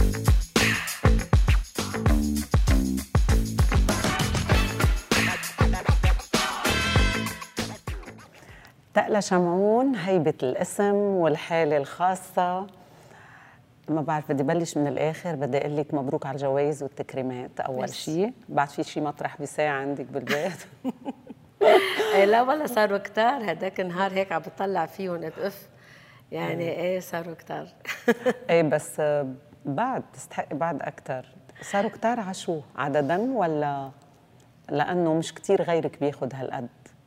تقلا شمعون، هيبة الاسم والحالة الخاصة. ما بعرف، بدي بلش من الآخر. بدي أقول لك مبروك على الجوائز والتكريمات أول شيء. بعد في شيء مطرح بساعة عندك بالبيت؟ لا والله صاروا كتار. هداك النهار هيك عم بطلع فيهم اف يعني ايه صاروا كتار. ايه بس بعد تستحقي بعد أكتر. صاروا كتار على شو؟ عددا ولا لأنه مش كتير غيرك بياخد هالقد؟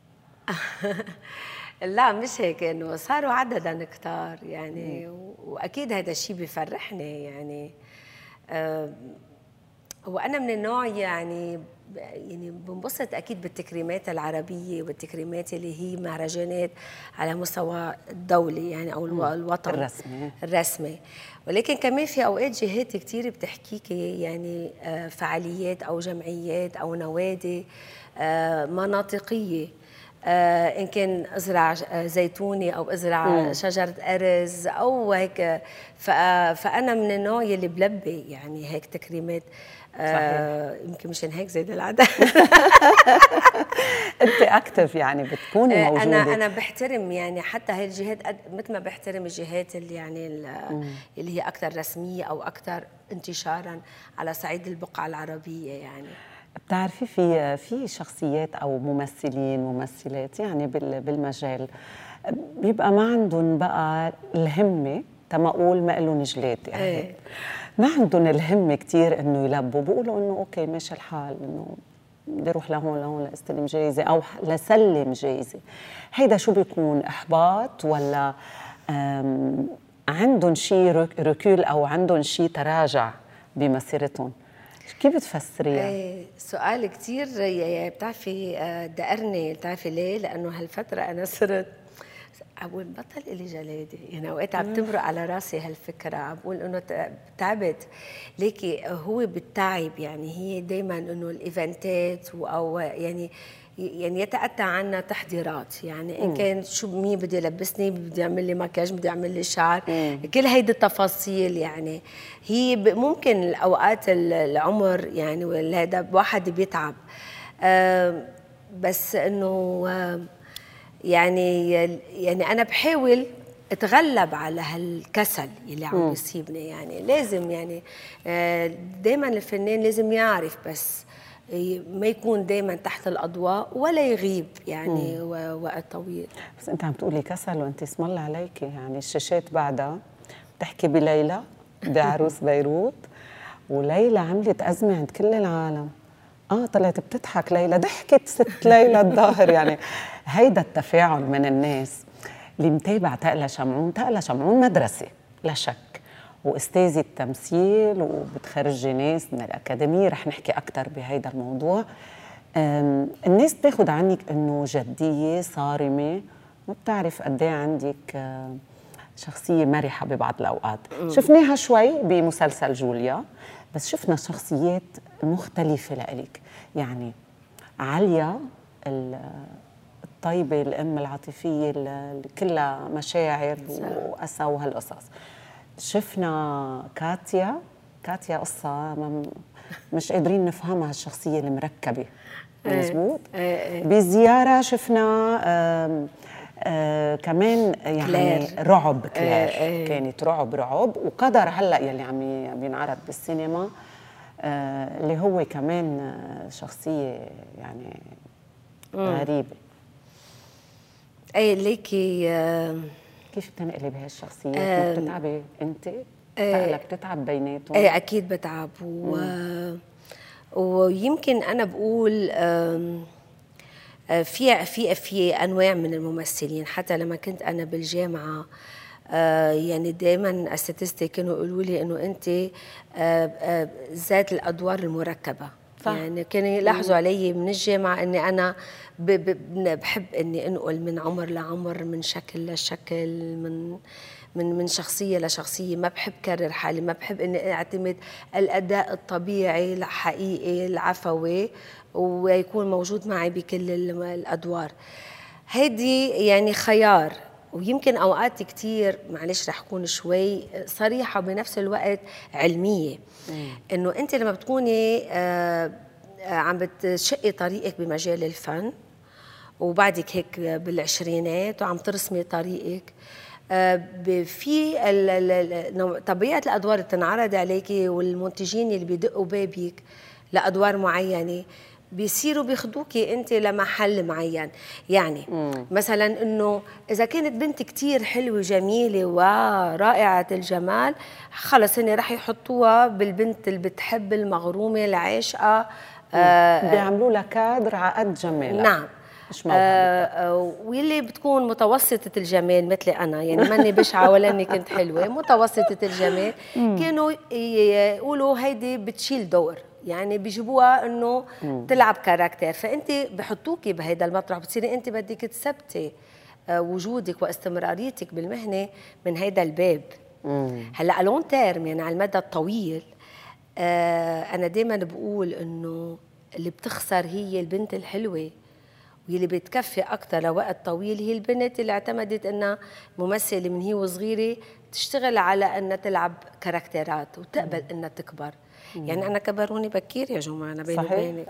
لا مش هيك، انه صاروا عددا كتار يعني. واكيد هذا الشيء بيفرحني يعني. وانا من النوع يعني بنبسط اكيد بالتكريمات العربيه والتكريمات اللي هي مهرجانات على مستوى الدولي يعني، او الوطن الرسمي. ولكن كمان في اوقات جهات كثير بتحكيكي يعني فعاليات او جمعيات او نوادي مناطقيه، إن كان أزرع زيتونة أو أزرع شجرة أرز أو هيك. فأنا من النوع يلي بلبي يعني هيك تكريمات. يمكن مشان هيك زاد العدد. أنت أكتف يعني بتكوني موجودة. أنا بحترم يعني حتى هاي الجهات مثل ما بحترم الجهات اللي يعني اللي هي أكثر رسمية أو أكثر انتشارا على صعيد البقعة العربية يعني. بتعرفي في شخصيات او ممثلين ممثلات يعني بالمجال بيبقى ما عندهم بقى الهمه، تما اقول ما لهم جلاد يعني. ما عندهم الهمه كثير انه يلبوا، بيقولوا انه اوكي ماشي الحال، انه بدي اروح لهون لاستلم جايزه او لسلم جايزه. هيدا شو بيكون احباط ولا عندهم شيء ركول او عندهم شيء تراجع بمسيرتهم؟ كيف بتفسريها؟ سؤال كتير بتعرفي دقرني. بتعرفي ليه؟ لأنه هالفترة أنا صرت أقول بطل إلي جلادي يعني. أوقات عم تمرق على راسي هالفكرة، عم بقول إنه تعبت. ليكي هو بالتعب يعني. هي دايما إنه الإيفنتات أو يعني يتأتى عنا تحضيرات يعني. إن كان شو مين بده يلبسني، بده يعمل لي مكياج، بده يعمل لي شعر، كل هيدي التفاصيل يعني. هي ممكن الأوقات العمر يعني وهذا واحد بيتعب. بس إنه يعني أنا بحاول اتغلب على هالكسل اللي عم بيصيبني يعني. لازم يعني دايما الفنان لازم يعرف بس ما يكون دايما تحت الأضواء ولا يغيب يعني وقت طويل. بس انت عم تقولي كسل وانت اسم الله عليكي يعني. الشاشات بعدها بتحكي بليلى بعروس بيروت، وليلى عملت أزمة عند كل العالم. طلعت بتضحك ليلى، ضحكت ست ليلى الظاهر يعني. هيدا التفاعل من الناس اللي متابع تقلا شمعون. تقلا شمعون مدرسة لا شك، وأستاذة تمثيل وبتخرجي ناس من الأكاديمية. رح نحكي أكتر بهيدا الموضوع. الناس بتاخد عنك إنه جدية صارمة، ما بتعرف قد ايه عندك شخصية مرحة ببعض الأوقات. شفناها شوي بمسلسل جوليا، بس شفنا شخصيات مختلفة لإلك يعني. عليا الطيبة، الأم العاطفية اللي كلها مشاعر وأسى وهالقصص. شفنا كاتيا قصة مش قادرين نفهمها، الشخصية المركبة مزبوط. بزيارة شفنا كمان يعني كلير. رعب كلير كانت رعب. وقدر هلأ يلي عم بينعرض بالسينما اللي هو كمان شخصية يعني غريبة. ليكي كيف بتنقلي بهالشخصيات؟ ما بتتعبي انت؟ تقلك بتتعب بيناتهم؟ اكيد بتعب ويمكن انا بقول في انواع من الممثلين. حتى لما كنت انا بالجامعه يعني دائما اساتذتي كانوا يقولوا لي انه انت ذات الادوار المركبه. صح. يعني كانوا يلاحظوا علي من الجامعه اني انا بحب اني انقل من عمر لعمر، من شكل لشكل، من شخصيه لشخصيه. ما بحب كرر حالي، ما بحب اني اعتمد الاداء الطبيعي الحقيقي العفوي ويكون موجود معي بكل الادوار. هيدي يعني خيار ويمكن اوقات كتير معلش رح اكون شوي صريحه بنفس الوقت علميه، انه انت لما بتكوني عم بتشقي طريقك بمجال الفن وبعدك هيك بالعشرينات وعم ترسمي طريقك، في طبيعه الادوار اللي بتنعرض عليكي والمنتجين اللي بيدقوا بابك لادوار معينه بيصيروا بياخدوكي انت لمحل معين. يعني مثلا انه اذا كانت بنت كتير حلوه جميله ورائعه الجمال، خلص هن رح يحطوها بالبنت اللي بتحب المغرومه العاشقه، بيعملوا لها كادر على قد جمالها. نعم، مش موهبتها. واللي بتكون متوسطة الجمال مثلي أنا، يعني ماني بشعة ولا إني كنت حلوة، متوسطة الجمال، كانوا يقولوا هيدي بتشيل دور، يعني بيجيبوها إنه تلعب كاركتر، فأنت بحطوكي بهيدا المطرح، بتصيري أنت بدك تثبتي وجودك واستمراريتك بالمهنة من هيدا الباب. هلا لون تيرم، يعني على المدى الطويل، أنا دايما بقول إنه اللي بتخسر هي البنت الحلوة، واللي بتكفي أكتر لوقت طويل هي البنت اللي اعتمدت أنها ممثلة من هي وصغيرة تشتغل على أنها تلعب كاركترات وتقبل أنها تكبر. يعني أنا كبروني بكير يا جماعة، أنا بيني وبينك.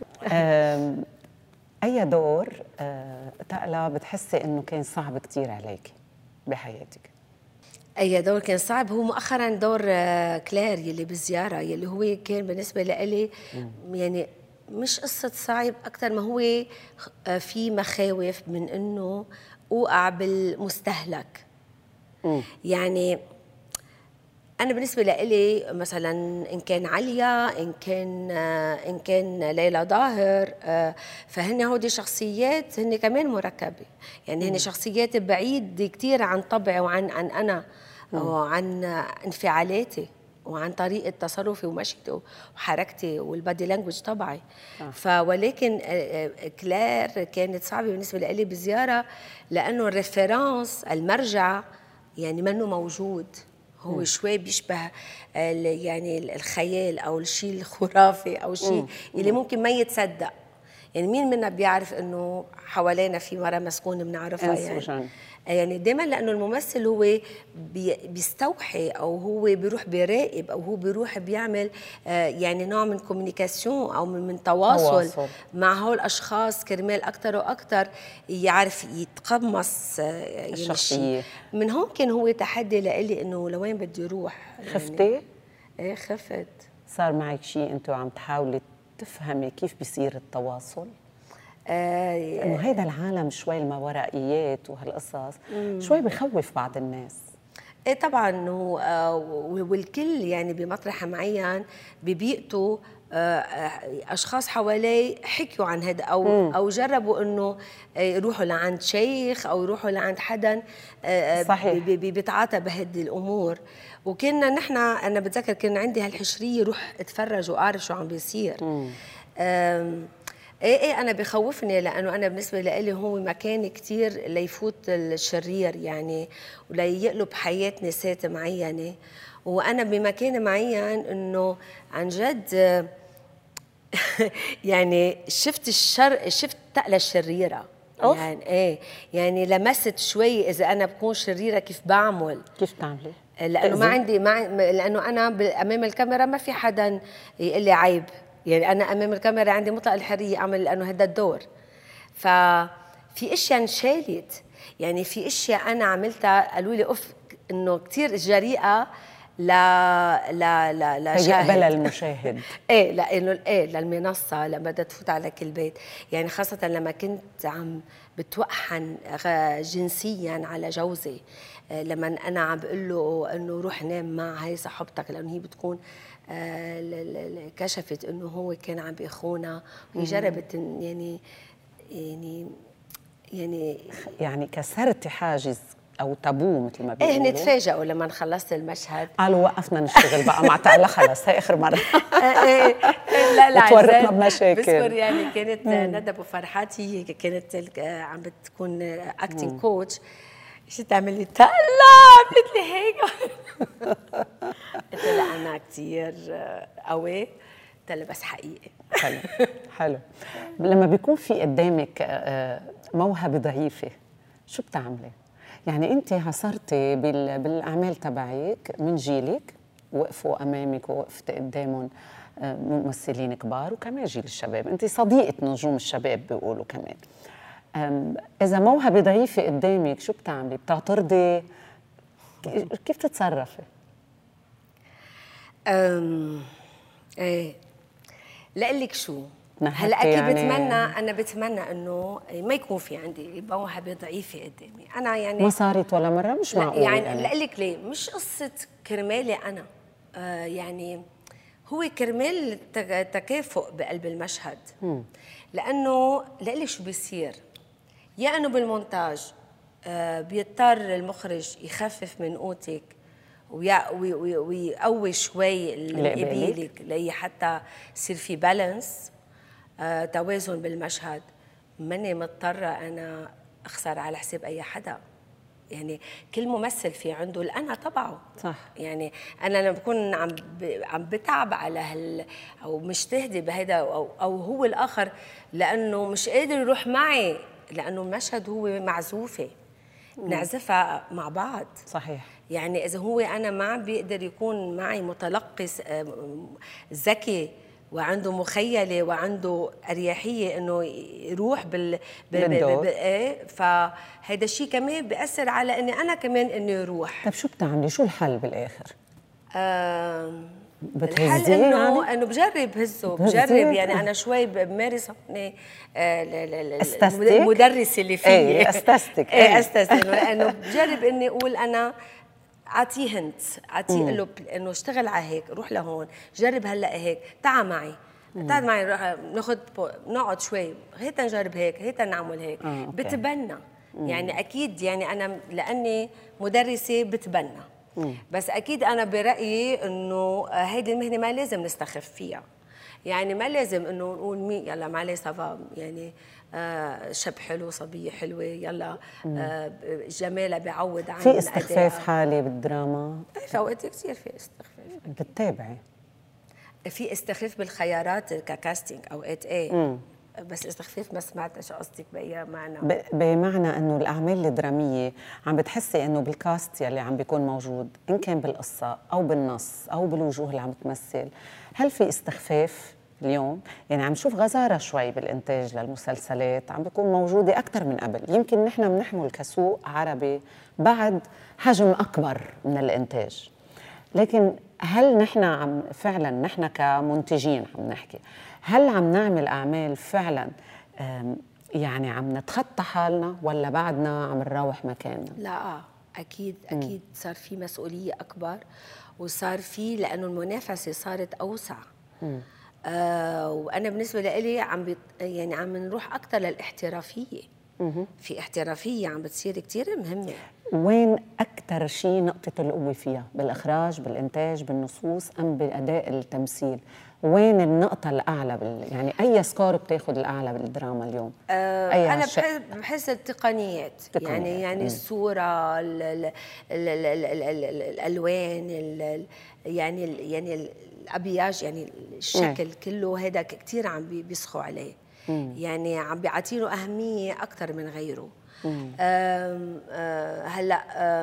أي دور تقلى بتحسي أنه كان صعب كتير عليك بحياتك؟ أي دور كان صعب؟ هو مؤخرا دور كلير يلي بالزيارة، يلي هو كان بالنسبة لي يعني مش قصة صعب أكتر ما هو في مخاوف من إنه أوقع بالمستهلك. يعني أنا بالنسبة لي مثلا إن كان عليا، إن كان ليلى ظاهر، فهن هودي شخصيات هن كمان مركبة، يعني هن شخصيات بعيد كتير عن طبعي وعن أنا وعن انفعالاتي وعن طريقة تصرفي ومشيتي وحركتي والبادي لانجوج تبعي. ولكن كلير كانت صعبة بالنسبة لي بالزيارة، لأنه الريفرنس المرجع يعني منه موجود، هو شوي بيشبه يعني الخيال أو الشيء الخرافي أو الشيء اللي ممكن ما يتصدق. يعني مين منا بيعرف إنه حوالينا في مرة مسكونة بنعرفها؟ يعني دايما لانه الممثل هو بيستوحي او هو بيروح بيراقب او هو بيروح بيعمل يعني نوع من كوميونيكاسيون او من تواصل مع هول الاشخاص كرمال اكثر واكثر يعرف يتقمص يعني الشخصيه. من هون كان هو تحدي لإلي انه لوين بدي اروح. خفتي؟ يعني ايه خفت. صار معك شيء انتوا عم تحاولي تفهمي كيف بيصير التواصل؟ انه هيدا العالم شوي الماورائيات وهالقصص شوي بخوف بعض الناس. ايه طبعا، والكل يعني بمطرح معين ببيئته اشخاص حواليه حكوا عن هذا او جربوا انه يروحوا لعند شيخ او يروحوا لعند حدا صحيح بيتعاطى بهذه الامور. وكنا نحن انا بتذكر كان عندي هالحشريه روح اتفرج واعرف شو عم بيصير. ايه انا بخوفني، لانه انا بالنسبه لي هو مكان كتير ليفوت الشرير يعني وليقلب حياه نسات معينه، وانا بمكان معين انه عن جد يعني شفت الشر، شفت تقلى الشريره. يعني ايه يعني لمست شوي اذا انا بكون شريره كيف بعمل. كيف تعملي؟ لانه ما عندي لانه انا امام الكاميرا ما في حدا يقول لي عيب، يعني أنا أمام الكاميرا عندي مطلق الحرية أعمل لأنه هذا الدور. ففي أشياء انشالت، يعني في أشياء أنا عملتها قالوا لي أوف إنه كتير جريئة لا يقبلها المشاهد. إيه لأنه إيه للمنصة لما بدها تفوت على كل بيت، يعني خاصة لما كنت عم بتوحن جنسيا على جوزي، لما أنا عم بقول له إنه روح نام مع هاي صاحبتك، لأنه هي بتكون كشفت انه هو كان عم بيخونها وهي جربت يعني كسرتي حاجز او تابو مثل ما بيقولوا. ايه تفاجئوا لما خلصت المشهد قالوا وقفنا نشتغل بقى مع تعالى خلص هي اخر مره. لا تورطنا بمشاكل. بذكر يعني كانت ندى ابو فرحات هي كانت عم بتكون اكتنج كوتش، شو تعمل لي تلا عملت لي هيك قلت لها انا كثير قوي، قلت لها بس حقيقي. حلو حلو. لما بيكون في قدامك موهبه ضعيفه شو بتعملي؟ يعني انت عاصرتي بالاعمال تبعك من جيلك، وقفوا امامك ووقفت قدامهم ممثلين كبار، وكمان جيل الشباب، انت صديقه نجوم الشباب بيقولوا كمان. اذا موهبه ضعيفه قدامك شو بتعملي؟ بتعترضي؟ كيف تتصرفي؟ ايه لقلك شو نهكتي هلا اكيد يعني انا بتمنى انه ما يكون في عندي موهبه ضعيفه قدامي. انا يعني ما صارت ولا مره؟ مش معقول يعني لقلك ليه مش قصه كرمالي انا، يعني هو كرمال تكافؤ بقلب المشهد. لانه لقلك شو بيصير، يا انه بالمونتاج بيضطر المخرج يخفف من قوتك ويقوي شوي القبيلك لي حتى يصير في بالانس، توازن بالمشهد. ماني مضطرة أنا أخسر على حساب أي حدا. يعني كل ممثل في عنده الأنا تبعه. صح. يعني أنا لما بكون عم بتعب على أو مجتهدة بهيدا أو هو الآخر لأنه مش قادر يروح معي، لأنه المشهد هو معزوفة نعزفها مع بعض. صحيح. يعني إذا هو أنا ما بيقدر يكون معي متلقي ذكي وعنده مخيلة وعنده أريحية إنه يروح بالدور، فهذا الشيء كمان بيأثر على إني أنا كمان إني أروح. طيب شو بتعملي؟ شو الحل بالآخر؟ الحل انه بجرب هزه، بجرب يعني انا شوي بمارس هون المدرسه اللي فيي. ايه استستك. ايه استستك لانه بجرب اني اقول انا اعطيه هنت، اعطيه اقول له انه اشتغل على هيك، روح لهون، جرب هلا هيك، تعا معي تعال معي ناخذ نقعد شوي، هيك نجرب هيك، هيك نعمل هيك. بتبنى يعني اكيد، يعني انا لاني مدرسه بتبنى. بس اكيد انا برايي انه هيدي المهنه ما لازم نستخف فيها. يعني ما لازم انه نقول مين يلا معلي سافا، يعني شاب حلو صبيه حلوه يلا جمالها بيعوض عن في استخفاف حالي بالدراما؟ في اوقات كثير في استخفاف. بتتابعي؟ في استخفاف بالخيارات ككاستنج اوقات ايه. بس استخفاف ما سمعت شو قصدك باي معنى. بمعنى انه الاعمال الدراميه عم بتحسي انه بالكاست يلي عم بيكون موجود، ان كان بالقصه او بالنص او بالوجوه اللي عم تمثل، هل في استخفاف اليوم؟ يعني عم نشوف غزاره شوي بالانتاج للمسلسلات، عم بيكون موجوده اكثر من قبل. يمكن نحن بنحمل كسوق عربي بعد حجم اكبر من الانتاج، لكن هل نحن فعلا نحن كمنتجين عم نحكي، هل عم نعمل أعمال فعلا يعني عم نتخطى حالنا ولا بعدنا عم نروح مكاننا؟ لا أكيد أكيد صار في مسؤولية أكبر، وصار في لأنه المنافسة صارت أوسع. وأنا بالنسبة لي يعني عم نروح أكثر للاحترافية. في احترافية عم بتصير كتير مهمة. وين أكثر شيء نقطة القوة فيها؟ بالإخراج، بالإنتاج، بالنصوص، أم بأداء التمثيل؟ وين النقطة الأعلى يعني أي سكور بتاخذ الأعلى بالدراما اليوم؟ أنا بحس التقنيات. يعني الصورة، الألوان، يعني الأبياج، يعني الشكل كله هذا كتير عم بيسخوا عليه. يعني عم بيعطيله أهمية أكثر من غيره. هلا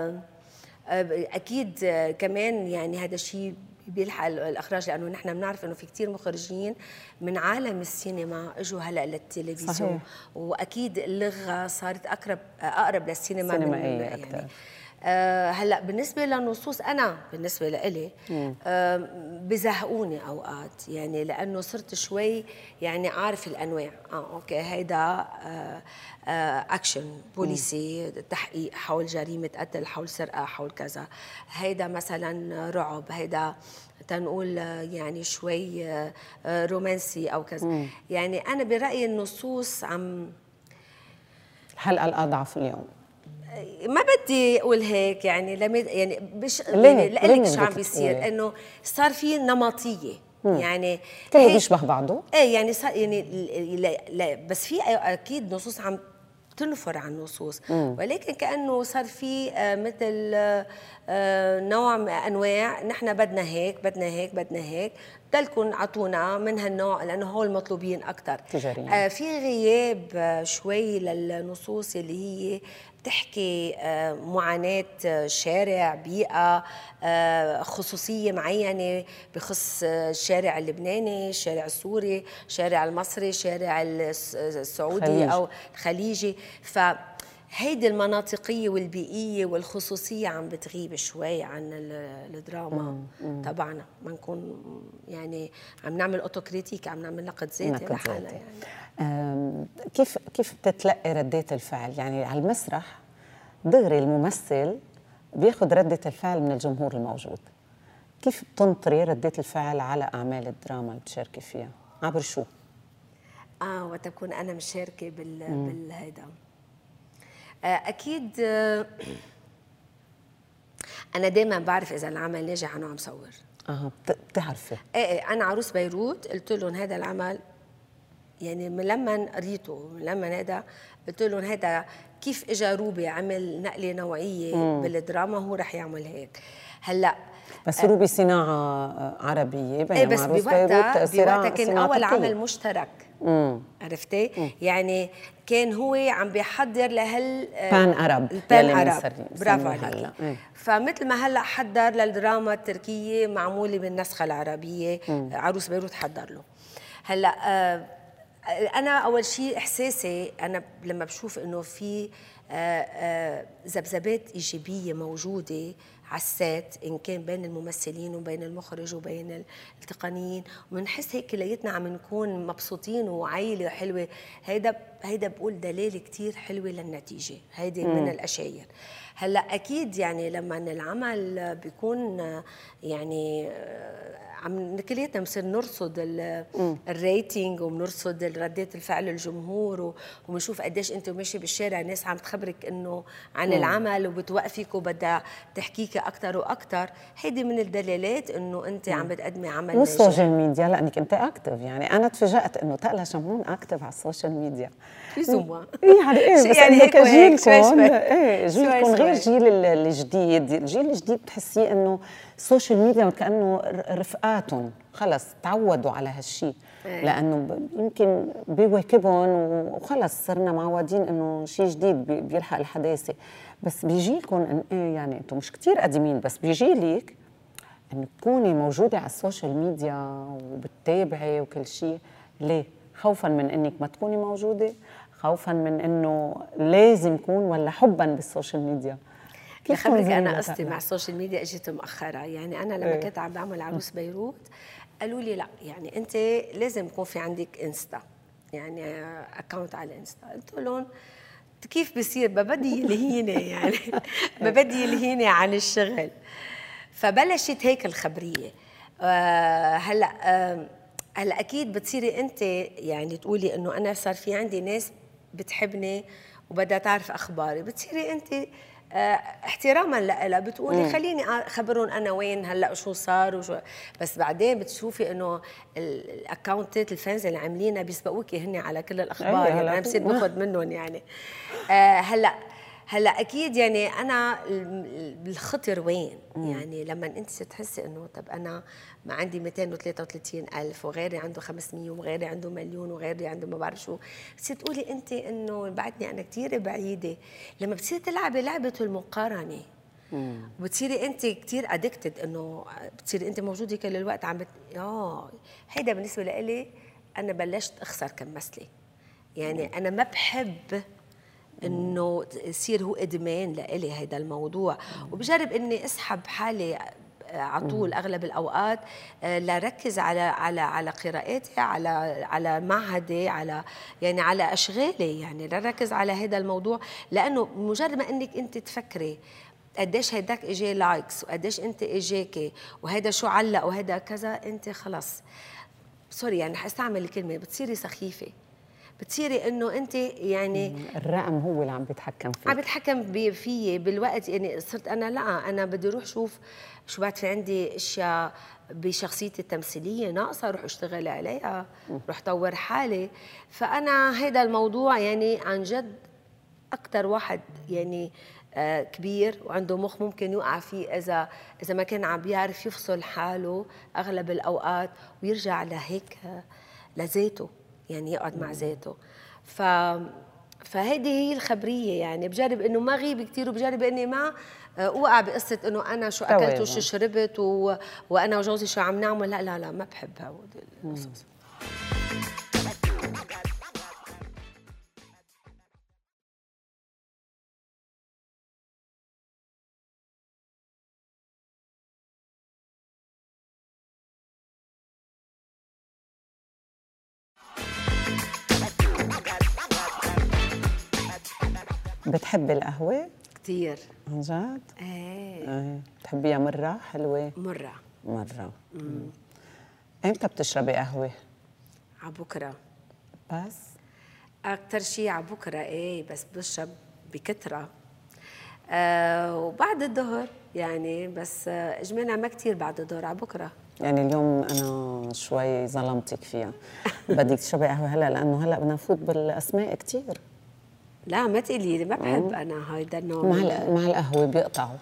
أكيد كمان يعني هذا الشيء بيلحق الإخراج، لأنه نحن بنعرف إنه في كتير مخرجين من عالم السينما اجوا هلا للتلفزيون. صحيح. وأكيد اللغة صارت أقرب للسينما من يعني هلا بالنسبه للنصوص، انا بالنسبه لإلي بزهقوني اوقات، يعني لانه صرت شوي يعني عارف الانواع. اوكي هيدا اكشن بوليسي، تحقيق حول جريمه قتل، حول سرقه، حول كذا. هيدا مثلا رعب، هيدا تنقول يعني شوي رومانسي او كذا. يعني انا برايي النصوص عم الحلقه الاضعف اليوم. ما بدي اقول هيك، يعني يعني لك شو عم بيصير، انه صار في نمطيه. يعني كله بيشبه بعضه. ايه يعني صار يعني لا بس في اكيد نصوص عم تنفر عن نصوص، ولكن كأنه صار في مثل نوع من أنواع، نحن بدنا هيك بدنا هيك بدنا هيك، بدلكم عطونا من هالنوع لأنه هو المطلوبين أكثر. في غياب شوي للنصوص اللي هي بتحكي معاناة شارع، بيئة، خصوصية معينة بخص الشارع اللبناني، الشارع السوري، الشارع المصري، الشارع السعودي أو الخليجي. هيدي المناطقية والبيئية والخصوصية عم بتغيب شوي عن الدراما تبعنا. ما نكون يعني عم نعمل اوتوكريتيك، عم نعمل نقد ذاتي لحالنا يعني. كيف بتتلقي ردات الفعل؟ يعني على المسرح دغري الممثل بياخد ردة الفعل من الجمهور الموجود، كيف بتنطري ردة الفعل على أعمال الدراما اللي بتشاركي فيها؟ عبر شو؟ وتكون أنا مشاركة بالهيدا. أكيد أنا دايما بعرف إذا العمل ناجح أنا عم صور. بتعرفي؟ إيه أنا عروس بيروت قلت لهم هذا العمل، يعني من لما قريته، من لما هذا قلت لهم هذا كيف إجا روبي عمل نقلة نوعية بالدراما هو رح يعمل هيك. هلا بس روبي صناعة عربية، بينما بس عروس بوقتها كان أول عمل مشترك. عرفتي؟ يعني كان هو عم بيحضر لهال بان عرب، البان عرب، برافو عليك. فمثل ما هلا حضر للدراما التركية معمولة بالنسخة العربية، عروس بيروت حضر له. هلا أنا أول شيء إحساسي أنا لما بشوف إنه في ذبذبات إيجابية موجودة على السات، إن كان بين الممثلين وبين المخرج وبين التقنيين، ومنحس هيك كلياتنا عم نكون مبسوطين وعائلة حلوة. هيدا بقول دلالة كتير حلوة للنتيجة. هيدي من الأشاير. هلا أكيد يعني لما العمل بيكون يعني عم كلياتنا بنصير نرصد الريتنج وبنرصد ردات الفعل الجمهور، وبنشوف قديش انت ماشي بالشارع الناس عم تخبرك انه عن العمل وبتوقفك وبدها تحكيك اكثر واكثر. هيدي من الدلالات انه انت عم بتقدمي عمل والسوشيال ميديا، لانك انت اكتف. يعني انا تفاجأت انه تقلا شمرون اكتف على السوشيال ميديا. يعني ايه بس انه كجيلكم جيلكم غير جيل الجديد. الجيل الجديد بتحسيه انه السوشيال ميديا كأنه رفقاتهم خلص تعودوا على هالشيء، لأنه يمكن بيواكبهم وخلص صرنا معودين إنه شيء جديد بيلحق الحداثة. بس بيجيلكم يعني أنتم مش كتير قديمين، بس بيجيلك إنه تكوني موجودة على السوشيال ميديا وبتتابعي وكل شيء. ليه؟ خوفاً من إنك ما تكوني موجودة، خوفاً من إنه لازم كون، ولا حباً بالسوشيال ميديا؟ لخبرك أنا قصتي مع السوشيال ميديا اجت مؤخرة. يعني أنا لما كنت عم بعمل عروس بيروت قالوا لي لا، يعني أنت لازم يكون في عندك انستا، يعني أكاونت على انستا. قلت لهم كيف بصير؟ ما بدي يلهيني، يعني ما بدي يلهيني عن الشغل. فبلشت هيك الخبرية. هلا أكيد بتصيري أنت يعني تقولي إنه أنا صار في عندي ناس بتحبني وبدها تعرف أخباري. بتصيري أنت احتراما لها بتقولي خليني اخبرهم انا وين هلا شو صار وشو. بس بعدين بتشوفي انه الاكونتات الفانز اللي عاملينها بيسبقوكي هن على كل الاخبار. يعني انا بصير باخذ منهم يعني. هلا اكيد يعني انا الخطر وين؟ يعني لما انت تحسي انه طب انا ما عندي 233 ألف وغيري عنده 500 وغيري عنده مليون وغيري عنده ما بعرف شو، بتصير تقولي انت انه بعدني انا كثير بعيده. لما بتصير تلعبي لعبه المقارنه وبتصيري انت كثير ادكتد، انه بتصيري انت موجوده كل الوقت عم هيدا بالنسبه لإلي انا بلشت اخسر كممثله. يعني انا ما بحب انه يصير هو ادمان لإلي هيدا الموضوع، وبجرب اني اسحب حالي على طول اغلب الاوقات لركز على قراءاتي، على معهدي، على يعني على اشغالي، يعني لركز على هذا الموضوع. لانه مجرد ما انك انت تفكري قديش هيداك اجى لايكس وقديش انت اجاكي وهذا شو علق وهذا كذا، انت خلص سوري يعني حستعمل الكلمه بتصيري سخيفه، بتصيري انه انت يعني الرقم هو اللي عم بيتحكم فيك، عم بيتحكم فيي بالوقت. يعني صرت انا لا، انا بدي اروح شوف شو بعد في عندي اشياء بشخصيتي التمثيليه ناقصه، اروح اشتغل عليها، اروح طور حالي. فانا هذا الموضوع يعني عن جد اكثر واحد يعني كبير وعنده مخ ممكن يوقع فيه اذا ما كان عم بيعرف يفصل حاله اغلب الاوقات ويرجع لهيك لذاته، يعني يقعد مع ذاته. فهيدي هي الخبريه، يعني بجرب انه ما غيب كثير، وبجرب اني ما اوقع بقصه انه انا شو اكلت وشو شربت وانا وجوزي شو عم نعمل. لا لا لا، ما بحب هودي القصص. بتحبي القهوة؟ كثير. عن جد؟ ايه. بتحبيها مرة حلوة؟ مرة. امتى بتشربي قهوة؟ عبكرة بس؟ أكتر شيء عبكرة، ايه، بس بشرب بكثرة. وبعد الظهر يعني، بس اجمالا ما كثير بعد الظهر، عبكرة. يعني اليوم أنا شوي ظلمتك فيها. بدك تشربي قهوة هلا لأنه هلا بدنا نفوت بالأسماء كثير. لا ما تقولي لي، ما بحب أنا هيدا النوع. مع القهوة بيقطعوا.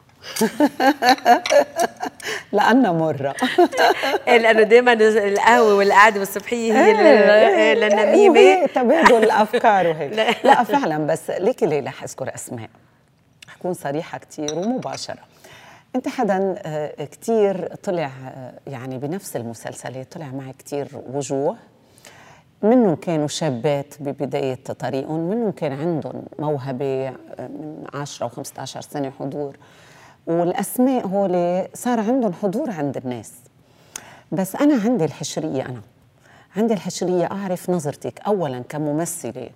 لأنها مرة. لأنه دائما القهوة والقعدة والصبحية هي للنميمة، تبادل الأفكار وهيك. لا فعلا، بس ليكي ليه رح أذكر أسماء، حكون صريحة كتير ومباشرة. أنت حدا كتير طلع يعني بنفس المسلسلات، طلع معي كتير وجوه، منهم كانوا شابات ببداية طريقهم، منهم كان عندهم موهبة من 10 و15 سنة حضور، والأسماء هولي صار عندهم حضور عند الناس. بس أنا عندي الحشرية، عندي الحشرية أعرف نظرتك أولاً كممثلة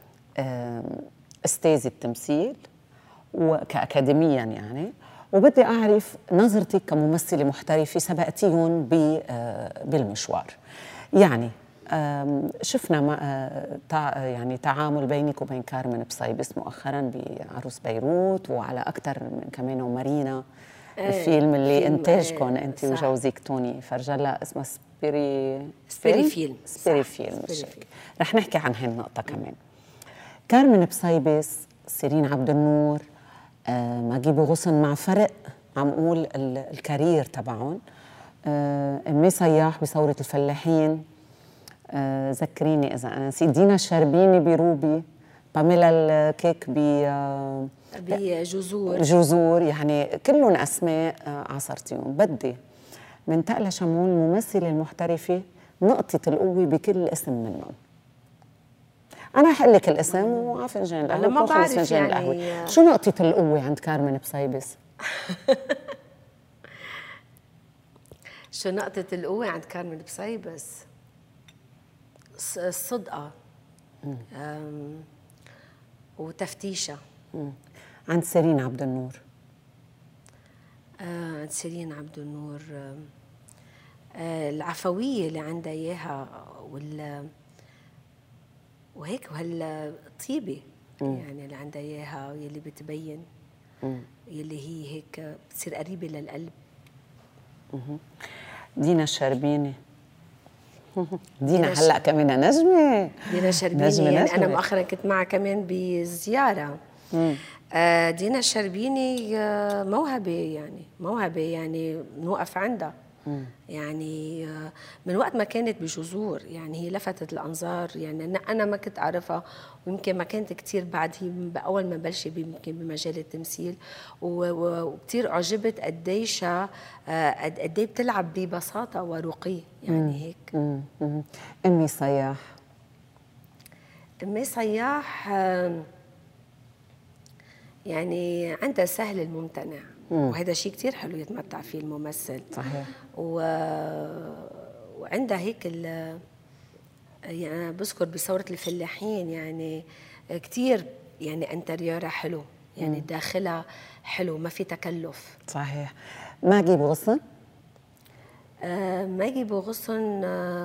أستاذة التمثيل وكأكاديمياً يعني، وبدي أعرف نظرتك كممثلة محترفة سبقتيهم بالمشوار. يعني شفنا يعني تعامل بينك وبين كارمن بصيبس مؤخرا بعروس بيروت، وعلى أكثر من كمان ومارينا الفيلم اللي انتاجكم انت وجوزك توني فرجلا، اسمه سبيري فيلم. رح نحكي عن هالنقطة كمان. كارمن بصيبس، سيرين عبد النور، ماجي بغصن، مع فرق عم اقول الكارير تبعهم، امي صياح بثورة الفلاحين، ذكريني اذا انا نسيت، دينا الشربيني بروبي، باميلا الكيك بجذور، يعني كلهم اسماء عصرتيهم. بدي من تقلى شمون الممثله المحترفه نقطه القوه بكل اسم منهم. انا هقول لك الاسم وعلى فنجان القهوه، ما بعرف يعني شو نقطه القوه عند كارمن بصيبس؟ شو نقطه القوه عند كارمن بصيبس؟ الصدقه وتفتيشها. عند سيرين عبد النور؟ عند سيرين عبد النور العفوية اللي عندها إياها وهيك، وهالطيبة يعني اللي عندها إياها، يلي بتبين، يلي هي هيك بتصير قريبة للقلب. دينا الشربيني. دينا هلا كمان نجمة. دينا الشربيني يعني أنا مؤخرا كنت معها كمان بزيارة. دينا الشربيني موهبة يعني نوقف عندها. يعني من وقت ما كانت بجذور، يعني هي لفتت الأنظار، يعني أنا ما كنت أعرفها، ويمكن ما كانت كتير بعد، هي أول ما بلشت يمكن بمجال التمثيل، وكتير أعجبت قديش بتلعب ببساطة ورقي يعني هيك. أمي صياح. أمي صياح يعني عندها سهل الممتنع، وهذا شيء كتير حلو يتمتع فيه الممثل. صحيح. وعندها هيك يعني أنا بذكر بثورة الفلاحين يعني كتير يعني انتريورها حلو، يعني داخلها حلو، ما في تكلف. صحيح. ماجي بغصن؟ ماجي بغصن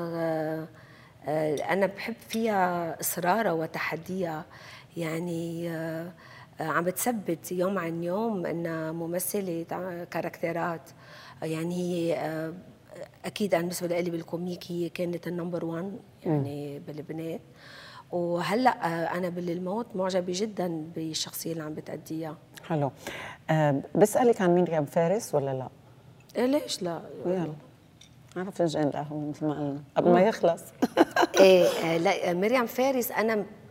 أنا بحب فيها إصرارها وتحديها، يعني عم بتثبت يوم عن يوم انها ممثله كاركترات. يعني هي اكيد انا بالنسبه لي بالكوميك هي كانت النمبر 1 يعني بالبنات، وهلا انا بالموت معجبه جدا بالشخصيه اللي عم بتأديها. حلو. بسألك عن مريم فارس ولا لا؟ ليش لا؟ يلا على فنجان القهوه مثل ما قلنا قبل ما يخلص. لا مريم فارس انا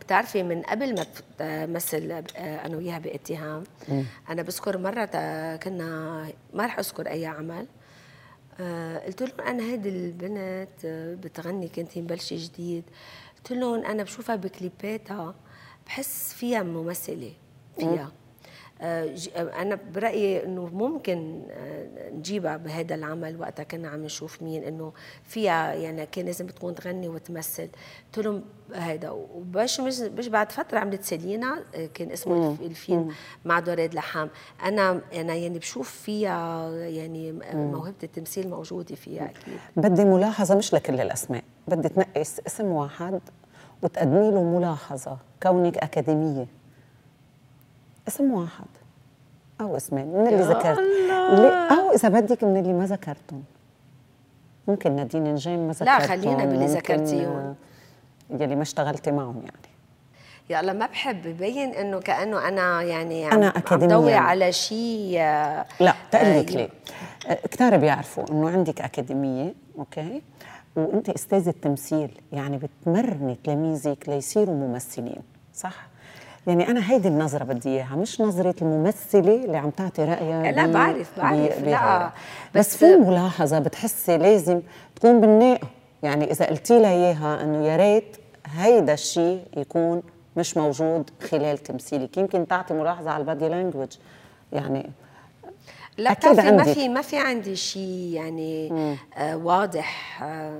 بتعرفي من قبل ما مثل انا وياها باتهام، انا بذكر مره كنا، ما رح اذكر اي عمل، قلت لهم انا هيدي البنت بتغني، كنتي مبلشه جديد، قلت لهم انا بشوفها بكليباتها بحس فيها ممثله فيها. أنا برأيي إنه ممكن نجيبها بهذا العمل. وقتها كنا عم نشوف مين إنه فيها، يعني كان لازم تكون تغني وتمثل. قلت لهم هيدا، وباش مش بعد فترة عملت سيلينا، كان اسمه الفيلم مع دوراد لحام. أنا يعني بشوف فيها يعني موهبة التمثيل موجودة فيها أكيد. بدي ملاحظة مش لكل الأسماء، بدي تنقي اسم واحد وتقدمي له ملاحظة كونك أكاديمية. اسم واحد أو اسمين من اللي ذكرت، أو إذا بدك من اللي ما ذكرتهم. ممكن نادين نجيم ما ذكرتهم، لا خلينا باللي ذكرتيهم، يلي ما اشتغلتي معهم يعني. يا الله ما بحب ببين انه كانه انا يعني أنا أكاديمية، عم ضوي على شيء. لا تقلك ليه، كتار بيعرفوا انه عندك اكاديميه، اوكي، وانت استاذه تمثيل، يعني بتمرني تلاميذك ليصيروا ممثلين، صح؟ يعني انا هيدي النظره بدي اياها، مش نظره الممثله اللي عم تعطي رايها. لا بعرف لا، بس في ملاحظه بتحسي لازم تكون بالناقه، يعني اذا قلتي لها اياها انه يا ريت هيدا الشيء يكون مش موجود خلال تمثيلك، يمكن تعطي ملاحظه على البادي لانجوج يعني. لا بتعرفي ما في عندي شيء يعني واضح.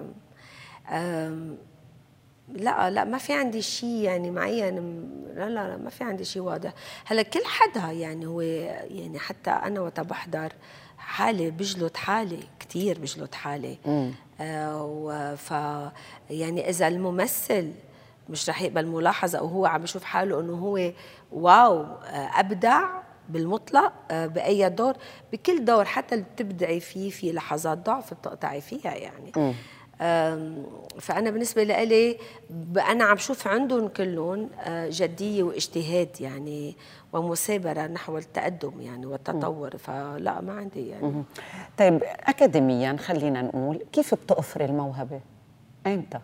لا ما في عندي شيء يعني معين. لا ما في عندي شيء واضح. هلا كل حدا يعني هو يعني، حتى انا وقت بحضر حالي بجلد حالي كثير، بجلد حالي. ف يعني اذا الممثل مش رح يقبل ملاحظه او هو عم بيشوف حاله انه هو واو ابدع بالمطلق باي دور، بكل دور حتى اللي بتبدعي فيه في لحظات ضعف بتقطعي فيها يعني. فأنا بالنسبة لي أنا عم شوف عندهم كلهم جدية واجتهاد يعني، ومثابرة نحو التقدم يعني والتطور. فلا ما عندي يعني. طيب أكاديميا خلينا نقول، كيف بتقفري الموهبة؟ أمتى؟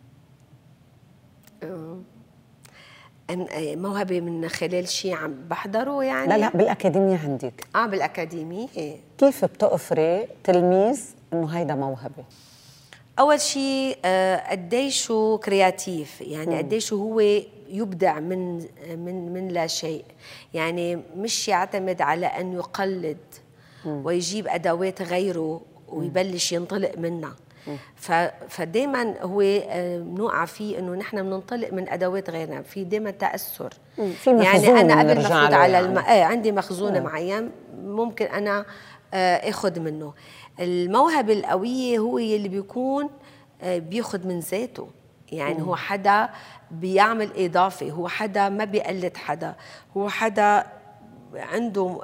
موهبة من خلال شيء عم بحضره يعني؟ لا بالأكاديمية عندك. بالأكاديمية. كيف بتقفري تلميذ إنه هيدا موهبة؟ أول شيء قديشه كرياتيف، يعني قديشه هو يبدع من لا شيء، يعني مش يعتمد على أن يقلد ويجيب أدوات غيره ويبلش ينطلق منها. فدايما هو نوقع فيه انه نحن بننطلق من ادوات غيرنا، في دايما تاثر. في مخزون، يعني انا قبل ما افوت على يعني. عندي مخزون معين ممكن انا اخذ منه. الموهبه القويه هو اللي بيكون بياخذ من ذاته، يعني هو حدا بيعمل اضافه، هو حدا ما بيقلد حدا، هو حدا عنده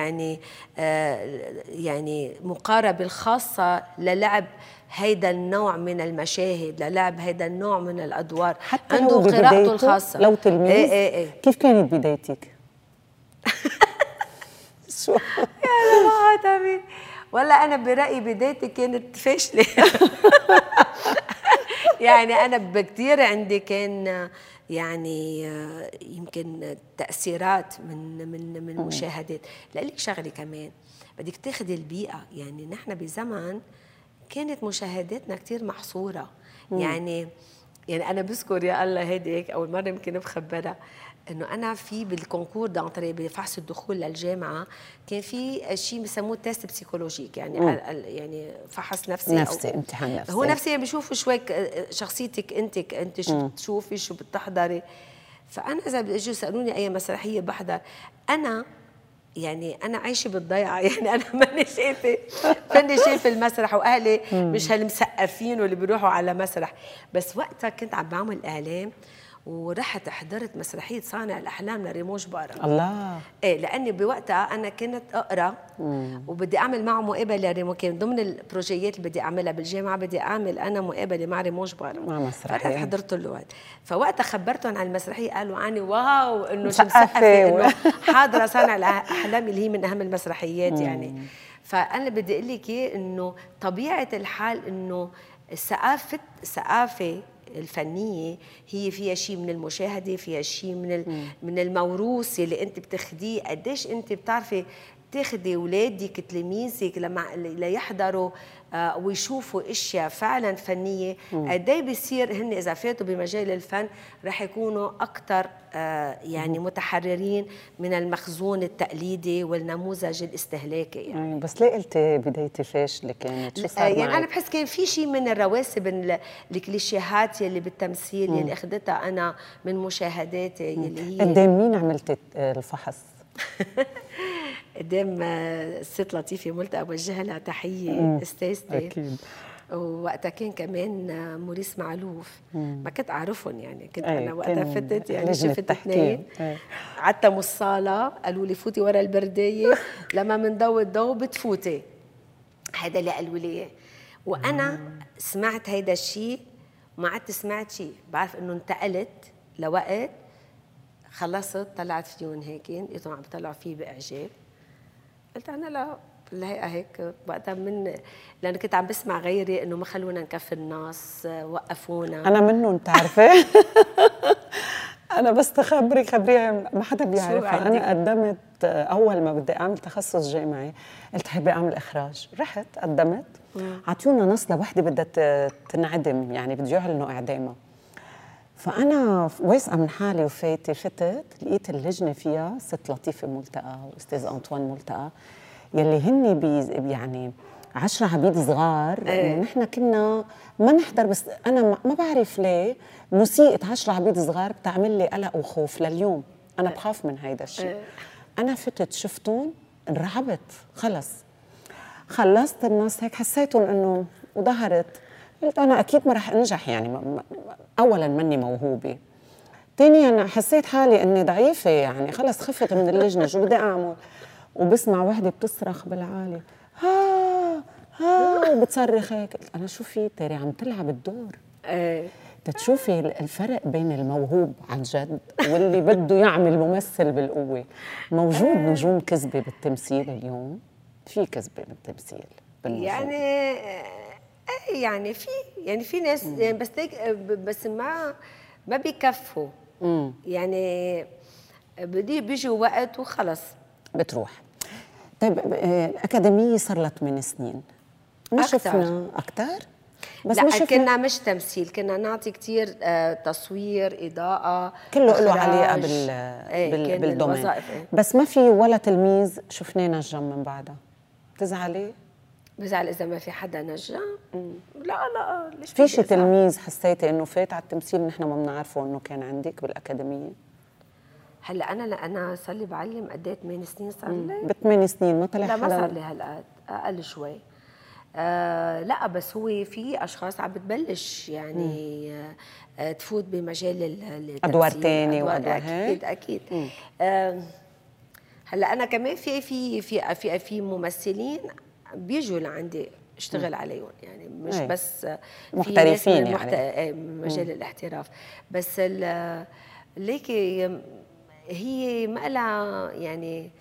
يعني مقاربة الخاصة للعب هيدا النوع من المشاهد، للعب هيدا النوع من الأدوار، حتى عنده قراءته الخاصة. لو تلميذ كيف كانت بدايتك؟ شو يا الله والله أنا برأيي بدايتي كانت فاشلة. يعني أنا بكتير عندي كان يعني يمكن تأثيرات من مشاهدات. لقلك شغلة كمان بدك تاخذي البيئة، يعني نحن بزمن كانت مشاهداتنا كتير محصورة. يعني أنا بذكر يا الله هيك أول مرة يمكن بخبرها إنه أنا في بالكونكور دانتري بفحص الدخول للجامعة كان في شيء بسموه تيست بسيكولوجيك، يعني فحص نفسي أو امتحان نفسي. هو نفسي بيشوفوا شوي شخصيتك أنت شو بتشوفي شو بتحضري. فأنا إذا بيجوا يسألوني أي مسرحية بحضر، أنا عايشة بالضيعة. يعني أنا ماني شايفة المسرح، وأهلي مش هالمسقفين واللي بيروحوا على مسرح. بس وقتها كنت عم بعمل إعلام ورحت حضرت مسرحية صانع الأحلام لريمون جبارة. الله. لأني بوقتها أنا كنت أقرأ وبدي أعمل معه مقابلة ريمون، كان ضمن البروجيات اللي بدي أعملها بالجامعة بدي أعمل أنا مقابلة مع ريمون جبارة مع مسرحية. حضرت له وقت. فوقتها خبرتهم عن المسرحية قالوا عني واو إنه شو مسقفة إنه حاضرة صانع الأحلام اللي هي من أهم المسرحيات يعني. فأنا بدي أقول لك إنه طبيعة الحال إنه الثقافة الفنيه هي فيها شيء من المشاهده، فيها شيء من الموروث اللي انت بتاخديه. قديش انت بتعرفي تاخدي اولادك تلاميذك لما ليحضروا ويشوفوا اشياء فعلا فنيه، قد ايه بيصير هن اذا فاتوا بمجال الفن رح يكونوا اكثر يعني متحررين من المخزون التقليدي والنموذج الاستهلاكي يعني. بس ليه قلتي بدايتي فاشله كانت؟ شو صار يعني معك؟ انا بحس كان في شيء من الرواسب الكليشيهات يلي بالتمثيل يلي اخذتها انا من مشاهداتي يلي هي قدام مين عملتي الفحص؟ قدام الست لطيفه ملتقى، بوجه لها تحيه استاذتي اكيد. ووقتها كان كمان موريس معلوف، ما كنت اعرفهم يعني، كنت انا وقتها كان فتت يعني لجنة شفت تحكيم. اثنين عتموا الصاله قالوا لي فوتي ورا البردايه لما من ضوء الضوء بتفوتي، هذا اللي قالوا لي اياه. وانا سمعت هيدا الشيء وما عدت سمعت شيء، بعرف انه انتقلت لوقت خلصت طلعت فيهم هيك لقيتهم عم بيطلعوا فيه باعجاب، قلت انا لا الهيئه هيك وقتها من لانه كنت عم بسمع غيري انه ما خلونا نكفي الناس، وقفونا. انا منهم بتعرفي انا بس خبريها ما حدا بيعرفها. انا قدمت اول ما بدي اعمل تخصص جامعي، قلت حابه اعمل اخراج، رحت قدمت عطيونا نص لوحده بدها تنعدم، يعني بده يعلنوا اعدامها. فانا واثقه من حالي وفايته فتت لقيت اللجنه فيها ست لطيفه ملتقى واستاذ انطوان ملتقى يلي هن يعني 10 عبيد صغار. نحن كنا ما نحضر، بس انا ما بعرف ليه موسيقى 10 عبيد صغار بتعمل لي قلق وخوف لليوم. انا بخاف من هيدا الشيء. انا فتت شفتهم انرعبت، خلصت النص هيك حسيتهم انه وظهرت، قلت انا اكيد ما رح انجح يعني اولا مني موهوبه، ثانيا حسيت حالي اني ضعيفه يعني خلص خفت من اللجنه شو بدي اعمل. وبسمع وحده بتصرخ بالعالي ها وبتصرخ هيك، قلت انا شو في ترى عم تلعب الدور. تتشوفي الفرق بين الموهوب عن جد واللي بده يعمل ممثل بالقوه. موجود نجوم كذبه بالتمثيل اليوم، في كذبه بالتمثيل بالنجوم. يعني في ناس يعني بس ما بيكفوا يعني بيجوا وقت وخلص بتروح. طيب الأكاديمية صار لها 8 سنين، ما شفنا أكثر؟ بس لا كنا مش تمثيل، كنا نعطي كتير تصوير، إضاءة، كله له علاقة بالدومين. بس ما في ولا تلميذ شفناه نجم من بعدها. بتزعلي؟ بزعل إذا ما في حدا نجم؟ لا ليش في شي تلميذ حسيتي إنه فات على التمثيل نحن ما بنعرفه إنه كان عندك بالأكاديمية؟ هلا انا صار لي بعلم قد ايه 8 سنين صار لي؟ ب8 سنين ما طلع لا ما صار لي هالقد، اقل شوي. لا بس هو في اشخاص عم بتبلش يعني تفوت بمجال التمثيل، ادوار ثانيه وادوار اكيد هلا انا كمان في ممثلين بيجوا لعندي اشتغل عليهم، يعني مش بس محترفين يعني مجال الاحتراف، بس ليكي هي ما لها يعني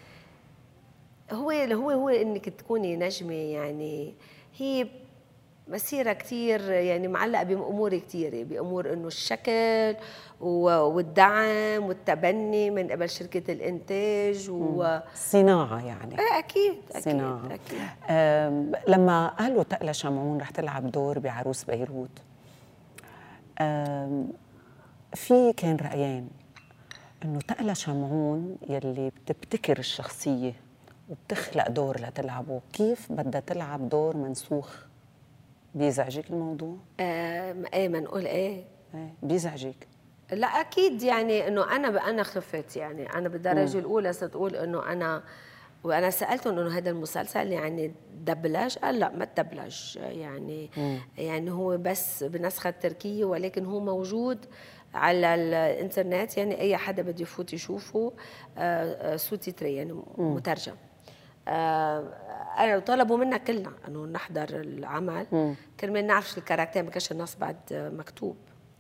هو انك تكوني نجمه، يعني هي مسيره كثير يعني معلقه بامور كثيره، بامور انه الشكل والدعم والتبني من قبل شركه الانتاج صناعه يعني. اكيد صناعه اكيد. لما قالوا تقلا شمعون رح تلعب دور بعروس بيروت، في كان رايين، انه تقلا شمعون يلي بتبتكر الشخصيه وبتخلق دور لتلعبه، كيف بدها تلعب دور منسوخ؟ بيزعجك الموضوع؟ ما نقول بيزعجك؟ لا اكيد، يعني انه انا خفت، يعني انا بالدرجه الاولى ستقول انه وانا سالتهم انه هذا المسلسل يعني دبلج، قال لا ما تدبلج، يعني هو بس بنسخه تركيه، ولكن هو موجود على الانترنت، يعني اي حدا بده يفوت يشوفه سوتيتري يعني مترجم. انا طلبوا منا كلنا انه نحضر العمل كرمال نعرف الكاركتير، ما كانش النص بعد مكتوب.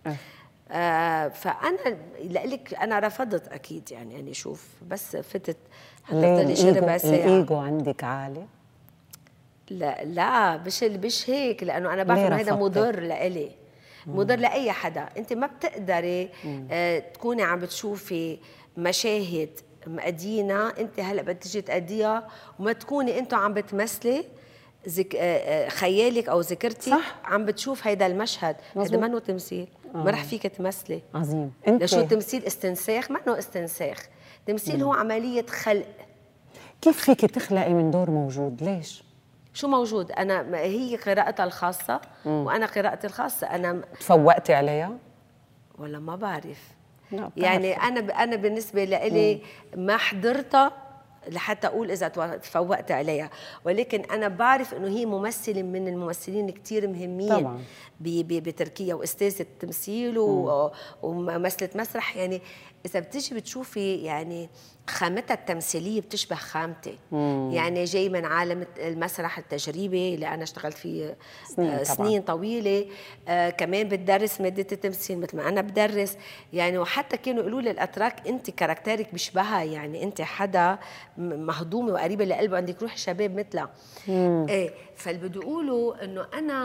فانا لك انا رفضت اكيد، يعني شوف بس فتت حضرت لي شي ربع ساعه. الايجو عندك عالي؟ لا مش هيك، لانه انا بعرف انه هذا مضر لإلي، مضر لاي حدا. انت ما بتقدري تكوني عم بتشوفي مشاهد مأدينا انت هلا بدك تيجي تأديها وما تكوني انتم عم بتمثلي خيالك او ذاكرتك عم بتشوف هيدا المشهد. هذا منه تمثيل. ما رح فيك تمثلي. عظيم. انت لشو التمثيل؟ استنساخ. منه استنساخ، تمثيل هو عمليه خلق. كيف فيك تخلقي من دور موجود؟ ليش؟ شو موجود؟ انا هي قراءتها الخاصه وانا قراءتي الخاصه. انا تفوقتي عليها ولا ما بعرف؟ يعني انا بالنسبه لي ما حضرتها لحتى اقول اذا تفوقت عليها، ولكن انا بعرف انه هي ممثله من الممثلين كثير مهمين طبعا بتركيا، واستاذه تمثيل وممثله مسرح. يعني اذا بتيجي بتشوفي يعني خامتها التمثيليه بتشبه خامتي. يعني جاي من عالم المسرح التجريبي اللي انا اشتغلت فيه سنين طويله. كمان بتدرس ماده التمثيل مثل ما انا بدرس يعني. وحتى كانوا يقولوا لي الاتراك انت كاركترك بيشبهها، يعني انت حدا مهضومه وقريبه لقلبه، عندك روح شباب مثلها. ايه، فاللي بدي اقوله انه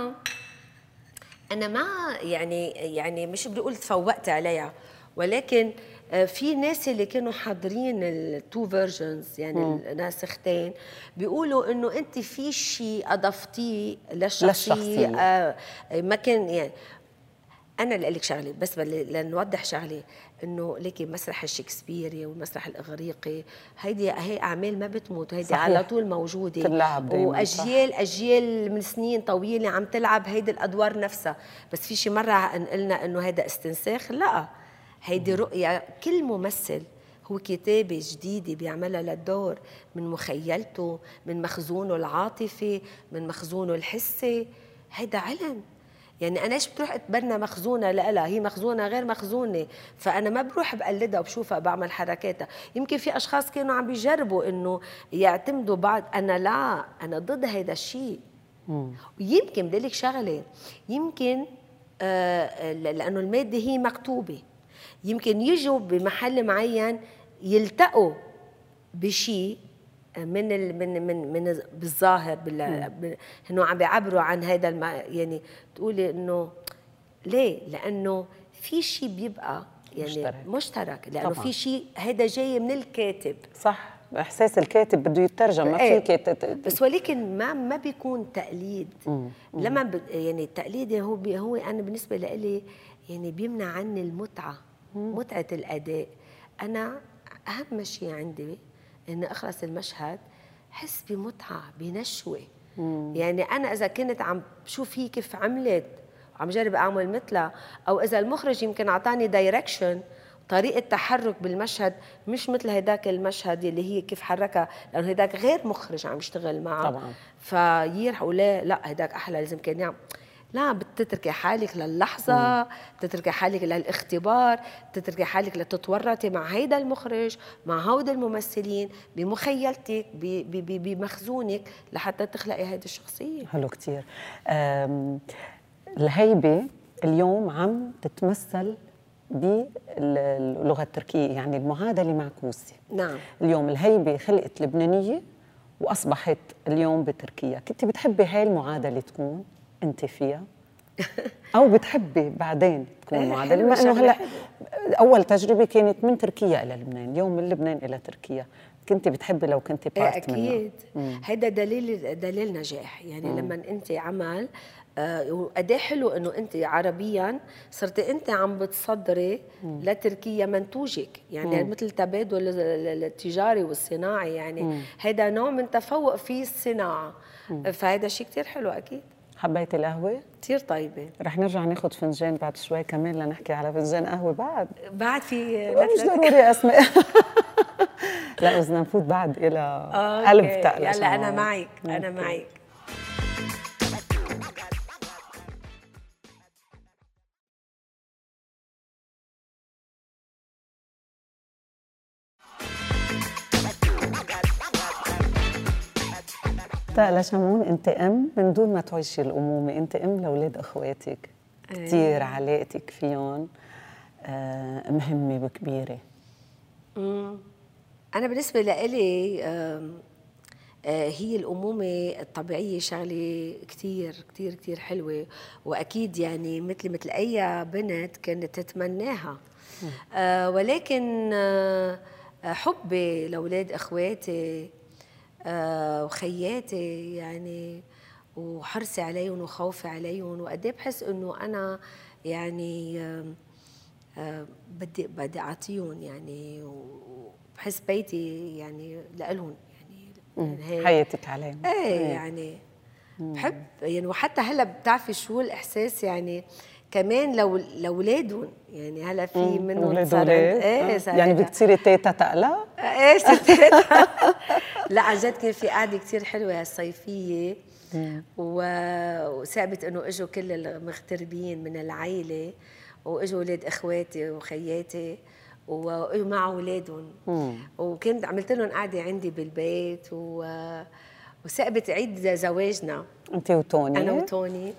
انا ما يعني مش بدي اقول تفوقت عليها، ولكن في ناس اللي كانوا حاضرين التو فيرجنز يعني الناسختين بيقولوا انه انت في شيء اضفتيه للشخصيه ما كان. يعني انا اللي لك شغله بس لنوضح شغله، انه ليكي المسرح الشكسبيري والمسرح الاغريقي هي اعمال ما بتموت، هيدي على طول موجوده واجيال من سنين طويله عم تلعب هيدي الادوار نفسها. بس في شي مره قلنا انه هذا استنساخ؟ لا، هيدي رؤيه. كل ممثل هو كتابة جديدة بيعملها للدور من مخيلته، من مخزونه العاطفي، من مخزونه الحسي. هيدا علم. يعني أنا إيش بتروح أتبنى مخزونة لها؟ هي مخزونة غير مخزونة، فأنا ما بروح بقلدها وبشوفها بعمل حركاتها. يمكن في أشخاص كانوا عم بيجربوا إنه يعتمدوا بعض، أنا لا، أنا ضد هيدا الشيء. ويمكن بدي لك شغلة، يمكن لأنه المادة هي مكتوبة، يمكن يجوا بمحل معين يلتقوا بشيء من بالظاهر انه عم بيعبروا عن هذا يعني تقولي انه ليه؟ لانه في شيء بيبقى يعني مشترك لانه في شيء هذا جاي من الكاتب. صح، احساس الكاتب بده يترجم، ما فيك بس ولكن ما بيكون تقليد. لما يعني التقليد هو انا بالنسبه لي يعني بيمنع عني المتعه، متعه الاداء. انا اهم شيء عندي اني اخلص المشهد حس بمتعه، بنشوه. يعني انا اذا كنت عم بشوف هي كيف عملت وعم جرب اعمل مثلها، او اذا المخرج يمكن اعطاني دايركشن، طريقه تحرك بالمشهد مش مثل هداك المشهد اللي هي كيف حركها، لانه هداك غير مخرج عم يشتغل معه طبعا، فيرحوا لا هداك احلى، لازم كان يعمل. لا، بتتركي حالك للحظة، بتتركي حالك للاختبار، بتتركي حالك لتتورطي مع هيدا المخرج، مع هود الممثلين، بمخيلتك، بمخزونك، لحتى تخلقي هيدي الشخصية. حلو كتير. الهيبة اليوم عم تتمثل باللغة التركية، يعني المعادلة معكوسة. نعم. اليوم الهيبة خلقت لبنانية وأصبحت اليوم بتركيا. كنت بتحبي هاي المعادلة تكون انت فيها او بتحبي بعدين تكون معادله؟ بما انه هلا اول تجربه كانت من تركيا الى لبنان، اليوم من لبنان الى تركيا، كنت بتحبي لو كنت بارت منها؟ اكيد. هيدا دليل نجاح. يعني لما انت عمل وقد حلو انه انت عربيا صرتي انت عم بتصدري لتركيا منتوجك، يعني مثل التبادل التجاري والصناعي، يعني هذا نوع من تفوق في الصناعه. فهذا شيء كثير حلو. اكيد. حبيتي القهوة؟ كثير طيبة. رح نرجع ناخذ فنجان بعد شوي كمان لنحكي على فنجان قهوة بعد في مش ضروري أسماء. لا، بدنا نفوت بعد إلى قلب تقلى. يلا أنا معك. أنا معك. تقلى شمعون، انت ام من دون ما تعيشي الامومه، انت ام لاولاد اخواتك. كثير علاقتك فيهم مهمه وكبيره. انا بالنسبه لإلي هي الأمومة الطبيعية شغلة كتير كتير كتير حلوة، وأكيد يعني مثل أي بنت كانت تتمناها. ولكن حبي لأولاد إخواتي وخياتي يعني، وحرصي عليهم وخوفي عليهم، وقد ايه بحس انه انا يعني بدي اعطيهم يعني، وبحس بيتي يعني لإلهم يعني هيك حياتك عليهم. ايه يعني بحب يعني. وحتى هلا بتعرفي شو الاحساس يعني كمان لو لاولادهم يعني، هلا في منهم ولاد صار ايه يعني بتصيري تيتا تقلق؟ ايه ستات. لا عن جد كان في قعده كثير حلوه هالصيفيه، وثابت انه اجوا كل المغتربين من العائله، واجوا اولاد اخواتي وخياتي ومع اولادهم، وكنت عملت لهم قعده عندي بالبيت، وثابت عيد زواجنا انت وتوني. انا وتوني.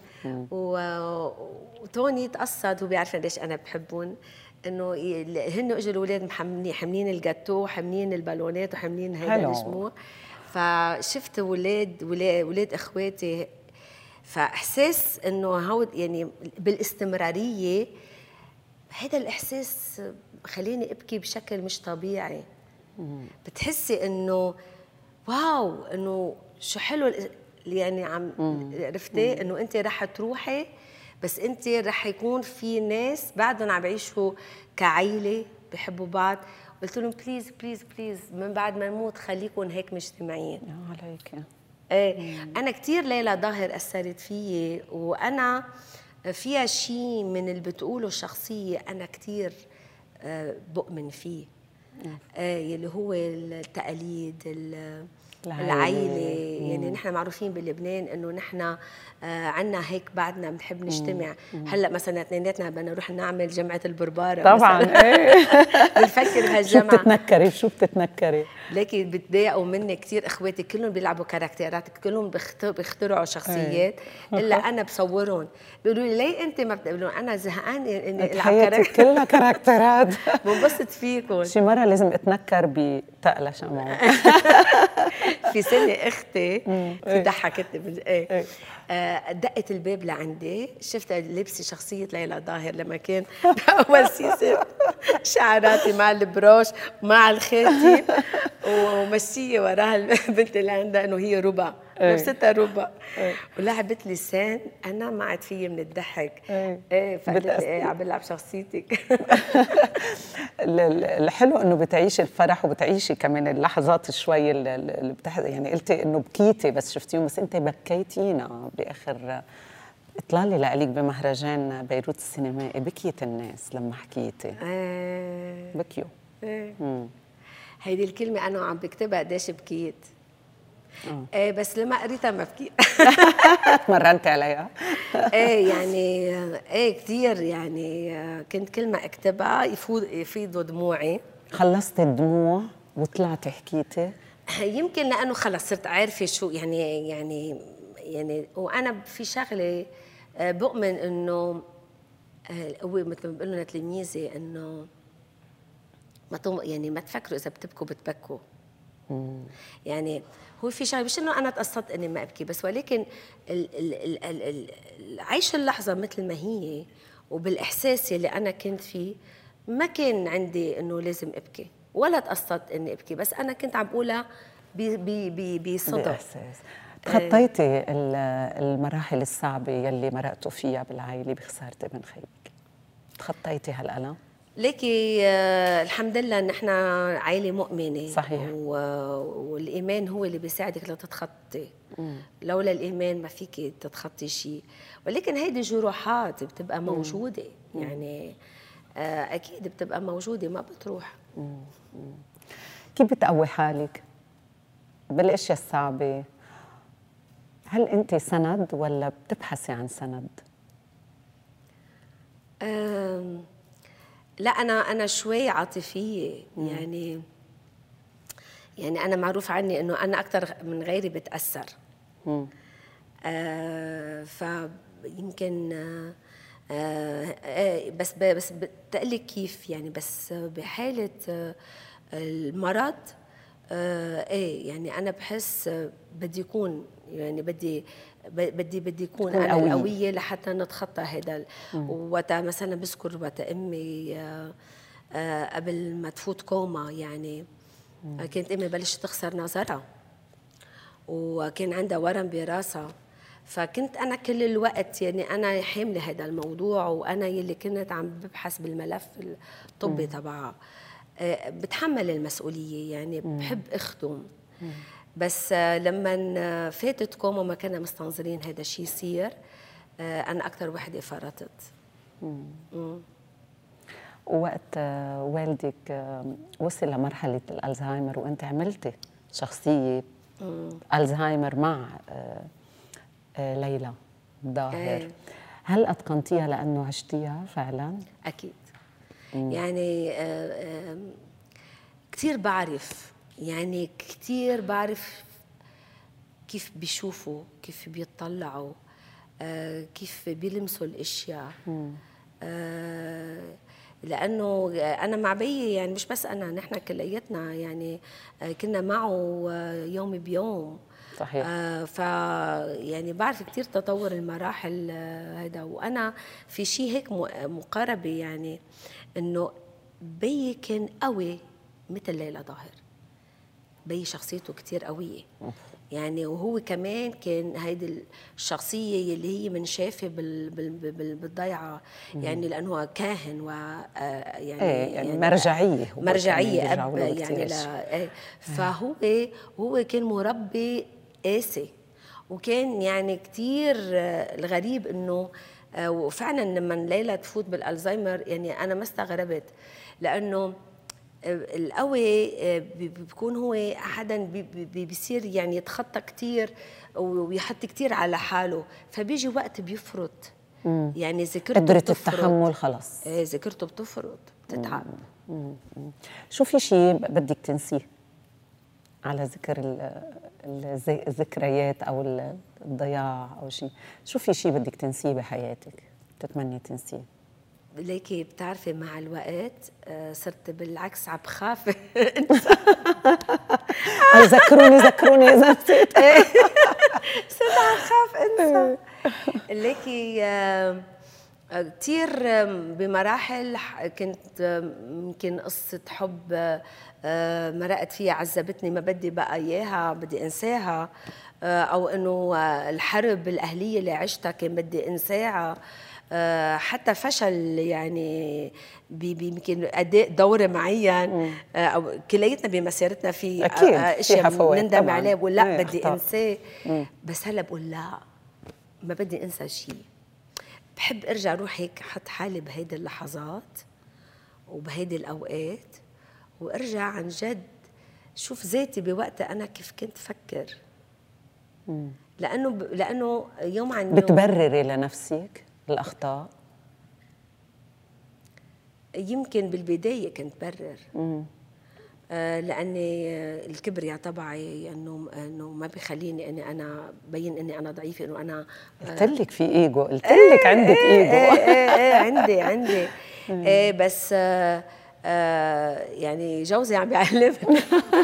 وتوني تقصد، هو بيعرف قديش انا بحبهم، انه هن اجوا الاولاد حاملين الجاتو وحاملين البالونات وحاملين هيدا الجموع، فشفت ولاد اخواتي، فاحساس انه هود يعني بالاستمراريه، هذا الاحساس خليني ابكي بشكل مش طبيعي. بتحسي انه واو، انه شو حلو يعني عم عرفتي انه انت رح تروحي، بس انت رح يكون في ناس بعدهم عم يعيشوا كعائله بيحبوا بعض. قلت لهم بليز بليز بليز من بعد ما نموت خليكم هيك مجتمعين. يا عليك. ايه انا كثير ليلى ظاهر اثرت فيي، وانا فيها شيء من اللي بتقوله الشخصيه انا كثير بؤمن فيه، يلي هو التقاليد العائلة. يعني نحن معروفين بلبنان انه نحن عنا هيك بعدنا بنحب نجتمع. هلا مثلا اثنيناتنا بدنا نروح نعمل جمعة البربارة طبعا. ايه بنفكر بهالجمعة. شو بتتنكري لكن بتضايقوا مني كثير اخواتي، كلهم بيلعبوا كاركترات، كلهم بيخترعوا شخصيات، الا انا بصورهم بيقولوا لي ليه انت ما بتقولوا؟ انا زهقان اني العب كاركترات، كلها كاركترات. بنبسط فيكم. شي مره لازم اتنكر بتقلى شمعون. في سنه اختي ضحكتني دقت الباب لعندي، شفت لبسي شخصيه ليلى ظاهر لما كان اول سيزون، شعراتي مع البروش مع الخاتم، ومشيه وراها البنت اللي عندها انه هي ربع، لبستها ربع، ولعبت لسان انا ما عاد فيي من الضحك. ايه فقلت لي ايه عم بلعب شخصيتك. الحلو انه بتعيشي الفرح وبتعيشي كمان اللحظات شوي اللي يعني قلتي انه بكيتي بس شفتيهم، بس انت بكيتينا باخر اطلالي لك بمهرجان بيروت السينمائي، بكيت الناس لما حكيتي. بكيوا. هيدي الكلمة أنا عم بكتبها قديش بكيت. بس لما قريتها ما بكيت. تمرنتي عليها؟ يعني كثير يعني، كنت كل ما اكتبها يفيضوا دموعي. خلصتي الدموع وطلعتي حكيتي؟ يمكن لأنه خلص صرت عارفة شو يعني وأنا في شغلة بؤمن إنه هو مثل ما بقول لنا تلاميذي إنه ما تفكروا إذا بتبكوا بتبكوا. يعني هو في شغله مش انه انا تقصدت اني ما ابكي بس، ولكن عيش اللحظه مثل ما هي وبالاحساس اللي انا كنت فيه، ما كان عندي انه لازم ابكي ولا تقصدت اني ابكي، بس انا كنت عم بقولها بصدق باحساس. تخطيتي المراحل الصعبه يلي مرقتوا فيها بالعائله بخساره ابن خيك؟ تخطيتي هالألم؟ ليكي الحمد لله ان احنا عائله مؤمنه. صحيح. والايمان هو اللي بيساعدك لتتخطي. لولا الايمان ما فيك تتخطي شيء، ولكن هيدي جروحات بتبقى موجوده. يعني اكيد بتبقى موجوده ما بتروح. كيف بتقوي حالك بالاشياء الصعبه؟ هل انت سند ولا بتبحثي عن سند؟ لا انا شوي عاطفيه. يعني انا معروف عني انه انا اكثر من غيري بتاثر. فيمكن بس بتقلي كيف يعني، بس بحاله المرض ايه يعني انا بحس بدي يكون يعني بدي يكون انا القويه لحتى نتخطى هذا. وقتها مثلا بذكر وقت امي قبل ما تفوت كوما يعني كانت امي بلشت تخسر نظرها وكان عندها ورم براسها، فكنت انا كل الوقت يعني انا حامله هذا الموضوع وانا يلي كنت عم ببحث بالملف الطبي تبعها. بتحمل المسؤوليه يعني بحب اخدم. بس لما فاتت كوما ما كنا مستنظرين هذا الشيء يصير، انا اكثر وحده فرطت. وقت والدك وصل لمرحله الالزهايمر وانت عملتي شخصيه الزهايمر مع ليلى ظاهر، هل اتقنتيها لانه عشتيها فعلا؟ اكيد. يعني كثير بعرف، يعني كثير بعرف كيف بيشوفوا، كيف بيطلعوا، كيف بيلمسوا الاشياء. لانه انا مع بيي يعني مش بس انا، نحن كلياتنا يعني كنا معه يوم بيوم. صحيح. يعني بعرف كثير تطور المراحل هذا. وانا في شيء هيك مقاربه يعني انه بيي كان قوي مثل ليلى ظاهر. بيي شخصيته كثير قويه يعني، وهو كمان كان هيدي الشخصيه اللي هي منشافه بالضيعه يعني، لانه كاهن و يعني مرجعيه اب يعني فهو كان مربي قاسي. وكان يعني كثير الغريب انه وفعلا لما ليلى تفوت بالالزهايمر يعني انا ما استغربت، لانه القوي بيكون هو حدا بيصير يعني يتخطى كتير ويحط كتير على حاله، فبيجي وقت بيفرط. يعني ذاكرته قدرة التحمل خلص. ذاكرته بتفرط، بتتعب. شو في شيء بدك تنسيه على ذكر الذكريات او الضياع او شيء؟ شو في شيء بدك تنسيه بحياتك بتتمني تنسيه؟ ليكي بتعرفي مع الوقت صرت بالعكس عم بخاف ذكروني اذا نسيت. صرت عم بخاف انسى. ليكي كثير بمراحل كنت يمكن قصة حب مرقت فيها عذبتني ما بدي بقى اياها، بدي انساها، او انه الحرب الاهلية اللي عشتها كان بدي انساها، حتى فشل يعني يمكن اداء دور معين او كليتنا بمسيرتنا في اشياء بنندم عليه بقول لا بدي انساه. بس هلا بقول لا، ما بدي انسى شيء. بحب ارجع اروح هيك احط حالي بهيدي اللحظات وبهيدي الاوقات وارجع عن جد شوف ذاتي بوقتها انا كيف كنت فكر. لانه يوم عن يوم بتبرري لنفسك الأخطاء؟ يمكن بالبداية كنت برر لأني الكبرياء تبعي إنه ما بيخليني إني أنا بين إني أنا ضعيفة، إنه أنا قلت لك في إيجو، قلت لك عندك إيجو. عندي بس يعني جوزي عم بيعلمني.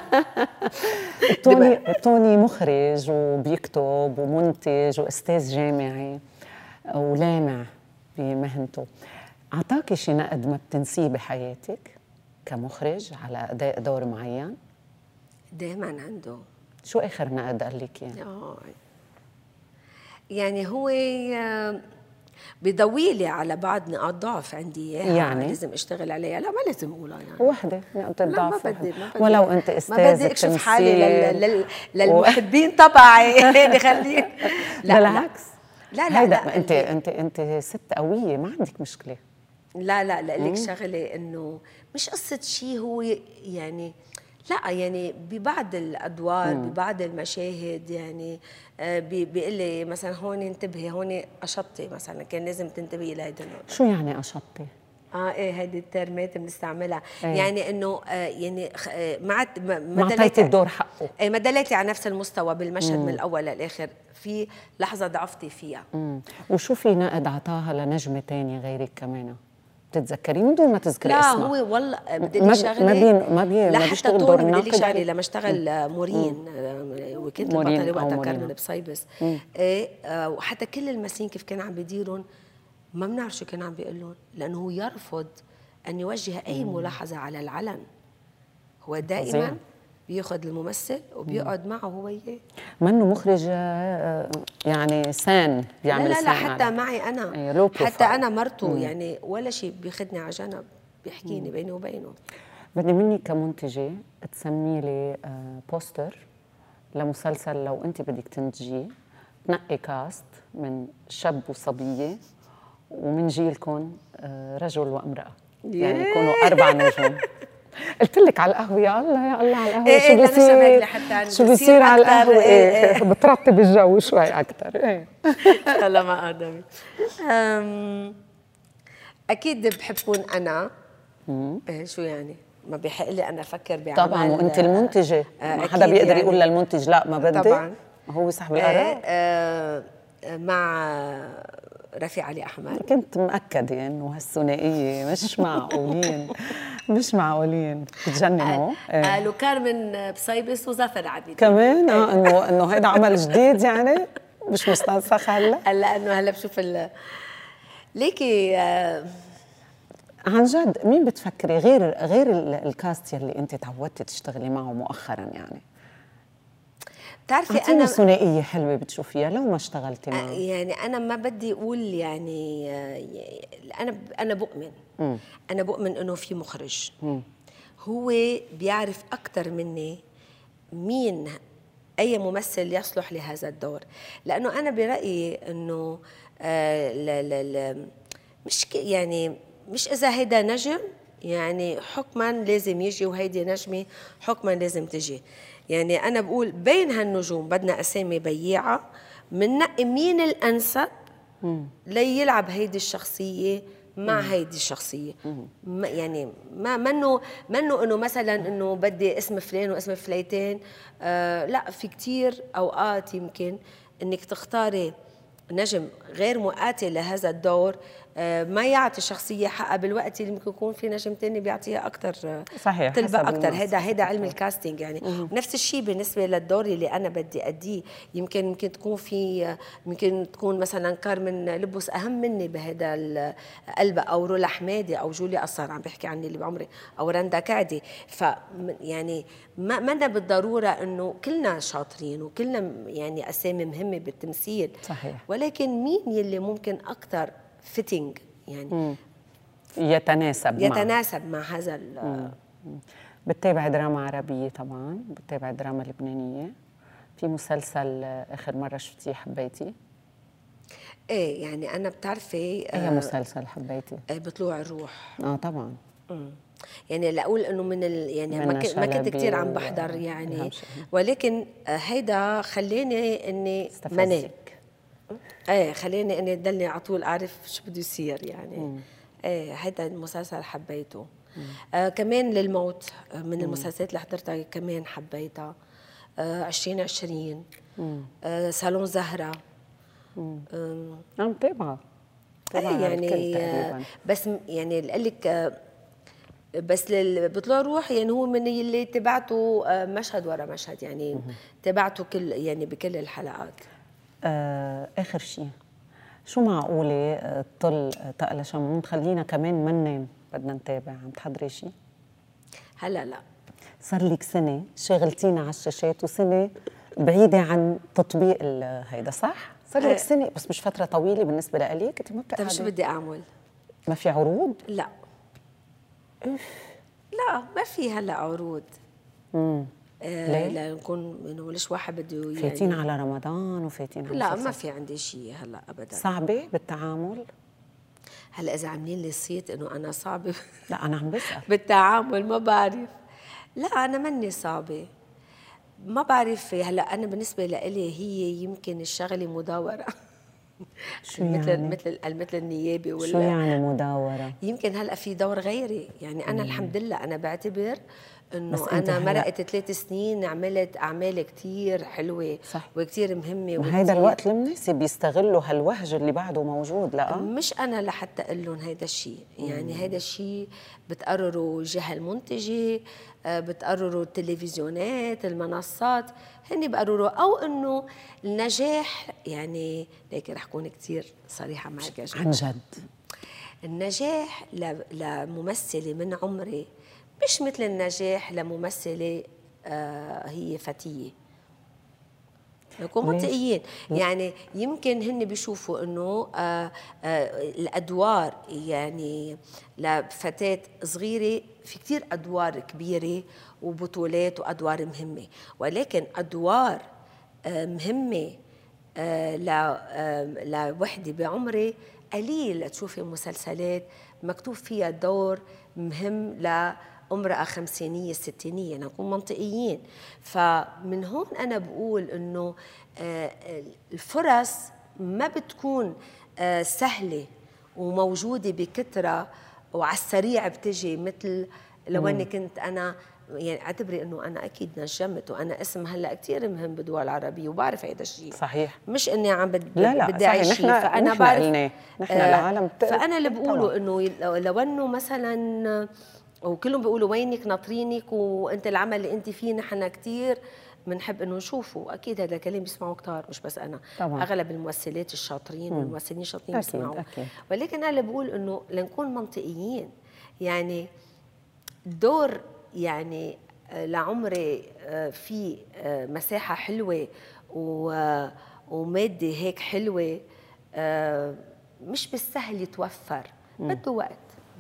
توني مخرج وبيكتب ومنتج وأستاذ جامعي ولامع بمهنته، أعطاكي شي نقد ما بتنسيه بحياتك كمخرج على أداء دور معين؟ دايما عنده. شو آخر نقد قال لك يعني هو بيضوي لي على بعض نقاط ضعف عندي اياها، يعني لازم اشتغل عليها. لا ما لازم اقولها يعني وحده نقطة ضعف. ما بدي ولو انت استاذ ما بدي اكشف حالي للمحبين تبعي يعني خليك. لا بالعكس. لا انت ست قويه ما عندك مشكله. لا لك شغله انه مش قصه شيء هو يعني لا يعني ببعض الادوار ببعض المشاهد يعني بيقول لي مثلا هون انتبهي، هون قشطتي مثلا كان لازم تنتبهي لهيدي النقطه. شو يعني قشطتي؟ هيدي الترمات بنستعملها يعني انه يعني ما اعطيتي الدور حقه، ما دليتي على نفس المستوى بالمشهد من الاول للاخر، في لحظه ضعفتي فيها. وشو في نقد عطاها لنجمه ثانيه غيرك كمان؟ بتتذكري من دون ما تذكري لا اسمها؟ هو والله بدي لي شغله ما بيشتغل حتى دور بدي لي الناقد شغله لما اشتغل مورين وكنت البطله وقتها كارمن بسايبس ايه وحتى كل الممثلين كيف كانوا عم بيديرون ما بنعرف شو كان عم بيقول لهم، لانه هو يرفض ان يوجه اي ملاحظه على العلن. هو دائما بياخذ الممثل وبيقعد معه هو اياه. منه مخرج يعني سان بيعمل لا سان حتى على. معي انا حتى انا مرته يعني ولا شيء بياخذني على جنب بيحكيني بيني وبينه. بدي منك كمنتجه تسمي لي بوستر لمسلسل لو انت بدك تنتجيه، تنقي كاست من شاب وصبيه ومن جيلكم رجل وامراه، يعني يكونوا 4 نجوم. قلت لك على القهوه يا الله يا الله على القهوه شو بيصير شو بيصير على القهوه ايه بترطب الجو شوي اكثر ايه. لا ما ادمي اكيد بحب كون انا شو يعني ما بيحق لي انا افكر بعمل طبعا وانت المنتجه ما حدا بيقدر يعني يقول للمنتج لا ما بدي طبعا هو صاحب القرار. مع رفيع علي احمد كنت مأكدة انه هالثنائية مش معقولين مش معقولين بتجننوا. قالوا كارمن بسايبس وظفر عبيد كمان انه هيدا عمل جديد يعني مش مستنسخ هلا انه هلا بشوف ليكي عن جد مين بتفكري غير الكاست يلي انت تعودتي تشتغلي معه مؤخرا يعني؟ بتعرفي انا ثنائيه حلوه بتشوفيها لو ما اشتغلتي معه؟ يعني انا ما بدي اقول يعني انا بؤمن انا بؤمن انه في مخرج هو بيعرف اكثر مني مين اي ممثل يصلح لهذا الدور، لانه انا برايي انه مش يعني مش اذا هيدا نجم يعني حكما لازم يجي وهيدي نجمه حكما لازم تجي. يعني أنا بقول بين هالنجوم بدنا أسامي بياعة مننقي مين الأنسب ليلعب هيدي الشخصية مع هيدي الشخصية. يعني منه إنه مثلا إنه بدي اسم فلان واسم فليتين. لا في كتير أوقات يمكن إنك تختاري نجم غير مقاتل لهذا الدور ما يعطي شخصيه حقها بالوقت اللي ممكن يكون في نجم تاني بيعطيها اكثر صحيح تلبق اكثر. هيدا علم الكاستنج يعني. ونفس الشيء بالنسبه للدور اللي انا بدي اديه. يمكن تكون في يمكن تكون مثلا كارمن لبس اهم مني بهذا القلب او رولا حمادي او جوليا قصار عم بحكي عني اللي بعمري او رندا كعدي. ف يعني ما بالضروره انه كلنا شاطرين وكلنا يعني اسامي مهمه بالتمثيل صحيح، ولكن مين يلي ممكن اكثر فيتنج يعني يتناسب مع هذا بتتابع دراما عربية طبعا، بتتابع دراما لبنانية. في مسلسل آخر مرة شفتيه حبيتي؟ ايه يعني أنا بتعرفي أي مسلسل حبيتي؟ بطلوع الروح. طبعا. يعني لأقول إنه يعني ما كنت كتير عم بحضر يعني ولكن هيدا خلاني إني منام. ايه خليني اني ضلني على طول اعرف شو بده يصير يعني. ايه هيدا المسلسل حبيته. كمان للموت من المسلسلات اللي حضرتها كمان حبيتها. 2020 صالون زهرة عم تابعها يعني بس يعني قال لك بس بطلوع روح يعني هو من اللي تبعته مشهد ورا مشهد يعني تبعته كل يعني بكل الحلقات. آخر شيء شو معقولة تطل تقلى شمعون خلينا كمان ما ننام بدنا نتابع؟ عم تحضري شيء؟ هلا لا صار لك سنة شغلتينا على الشاشات وسنة بعيدة عن تطبيق هيدا صح؟ صار لك سنة بس مش فترة طويلة بالنسبة لإلي كنت ما بتقعدي. طيب شو بدي أعمل؟ ما في عروض؟ لا لا ما في هلا عروض. ليه؟ لنكون انه ليش واحد بده يعني فايتين على رمضان وفايتين على لا ما في عندي شيء هلا ابدا. صعبه بالتعامل؟ هلا اذا عاملين لي صيت انه انا صعبه لا انا عم بسال بالتعامل ما بعرف. لا انا مني صعبه ما بعرف. هلا انا بالنسبه لإلي هي يمكن الشغله مداوره. شو يعني؟ مثل النيابه ولا شو يعني مداوره؟ يمكن هلا في دور غيري يعني. انا الحمد لله انا بعتبر انه انا مرقت 3 سنين عملت اعمال كثير حلوه وكثير مهمه. هيدا الوقت المناسب بيستغلوا هالوهج اللي بعده موجود. لا مش انا لحتى اقول لهم هيدا الشيء، يعني هيدا الشيء بتقرروا الجهه المنتجه، بتقرروا التلفزيونات، المنصات، هن بقرروا. او انه النجاح، يعني ليك رح اكون كثير صريحه معك يا عن جد، النجاح لممثله من عمري مش مثل النجاح لممثله هي فتيه. نكون منطقيين، يعني يمكن هن بيشوفوا انه الادوار، يعني لفتاه صغيره في كثير ادوار كبيره وبطولات وادوار مهمه، ولكن ادوار مهمه لوحده بعمري قليل تشوفي مسلسلات مكتوب فيها دور مهم امرأة خمسينية ستينية. نكون منطقيين. فمن هون أنا بقول إنه الفرص ما بتكون سهلة وموجودة بكثرة وعلى السريع بتجي، مثل لو أني كنت أنا، يعني اعتبري انه انا اكيد نجمت وانا اسم هلا كثير مهم بالدول العربيه وبعرف هيدا الشيء. صحيح. مش اني عم بدي اعيش شيء، فانا بعرف نحن العالم فانا اللي بقوله انه لو انه مثلا وكلهم بيقولوا وينك ناطرينك وانت العمل اللي انت فيه نحن كثير بنحب انه نشوفه. اكيد هذا الكلام بيسمعوه كثار، مش بس انا طبعا. اغلب الممثلات الشاطرين والممثلين الشاطرين بيسمعوه. ولكن انا اللي بقول انه لنكون منطقيين، يعني دور يعني لعمري في مساحه حلوه وماده هيك حلوه مش بالسهل يتوفر، بده وقت.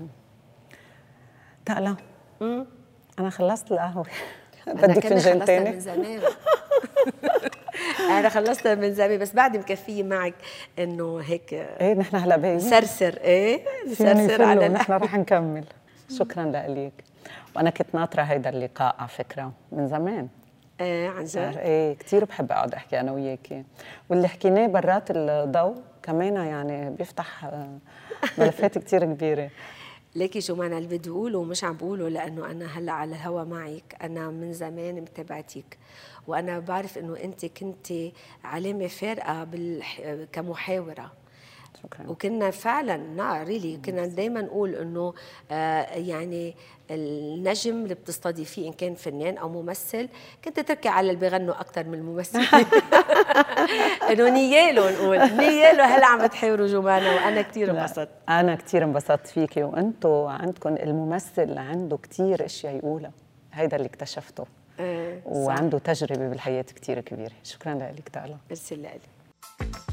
تقلا انا خلصت القهوه. بدك فنجان تاني؟ من زمان. انا خلصتها من زمان، بس بعد مكفيه معك انه هيك. ايه نحن هلا باين سرسر، ايه سرسر على نحن رح نكمل. شكرا لك. وانا كنت ناطره هيدا اللقاء على فكره من زمان. ايه عن جد؟ ايه كثير بحب اقعد احكي انا وياكي، واللي حكيناه برات الضوء كمان يعني بيفتح ملفات كثير كبيره. ليكي جمانة اللي بدي اقوله ومش عم بقوله لانه انا هلا على الهوا معك، انا من زمان متابعتك وانا بعرف انه انت كنتي علامه فارقه كمحاوره. شكرا. وكنا فعلا ريلي كنا دائما نقول انه يعني النجم اللي بتستضيفيه ان كان فنان او ممثل كنت تركي على اللي بيغنوا اكثر من الممثلين. انه نياله، نقول نياله هلا عم تحاوروا جمانة، وانا كثير انبسطت. انا كثير انبسطت فيكي، وانتم عندكم الممثل عنده كثير اشياء يقولها، هيدا اللي اكتشفته. وعنده تجربه بالحياه كثير كبيره. شكرا لك تقلا. ميرسي لك.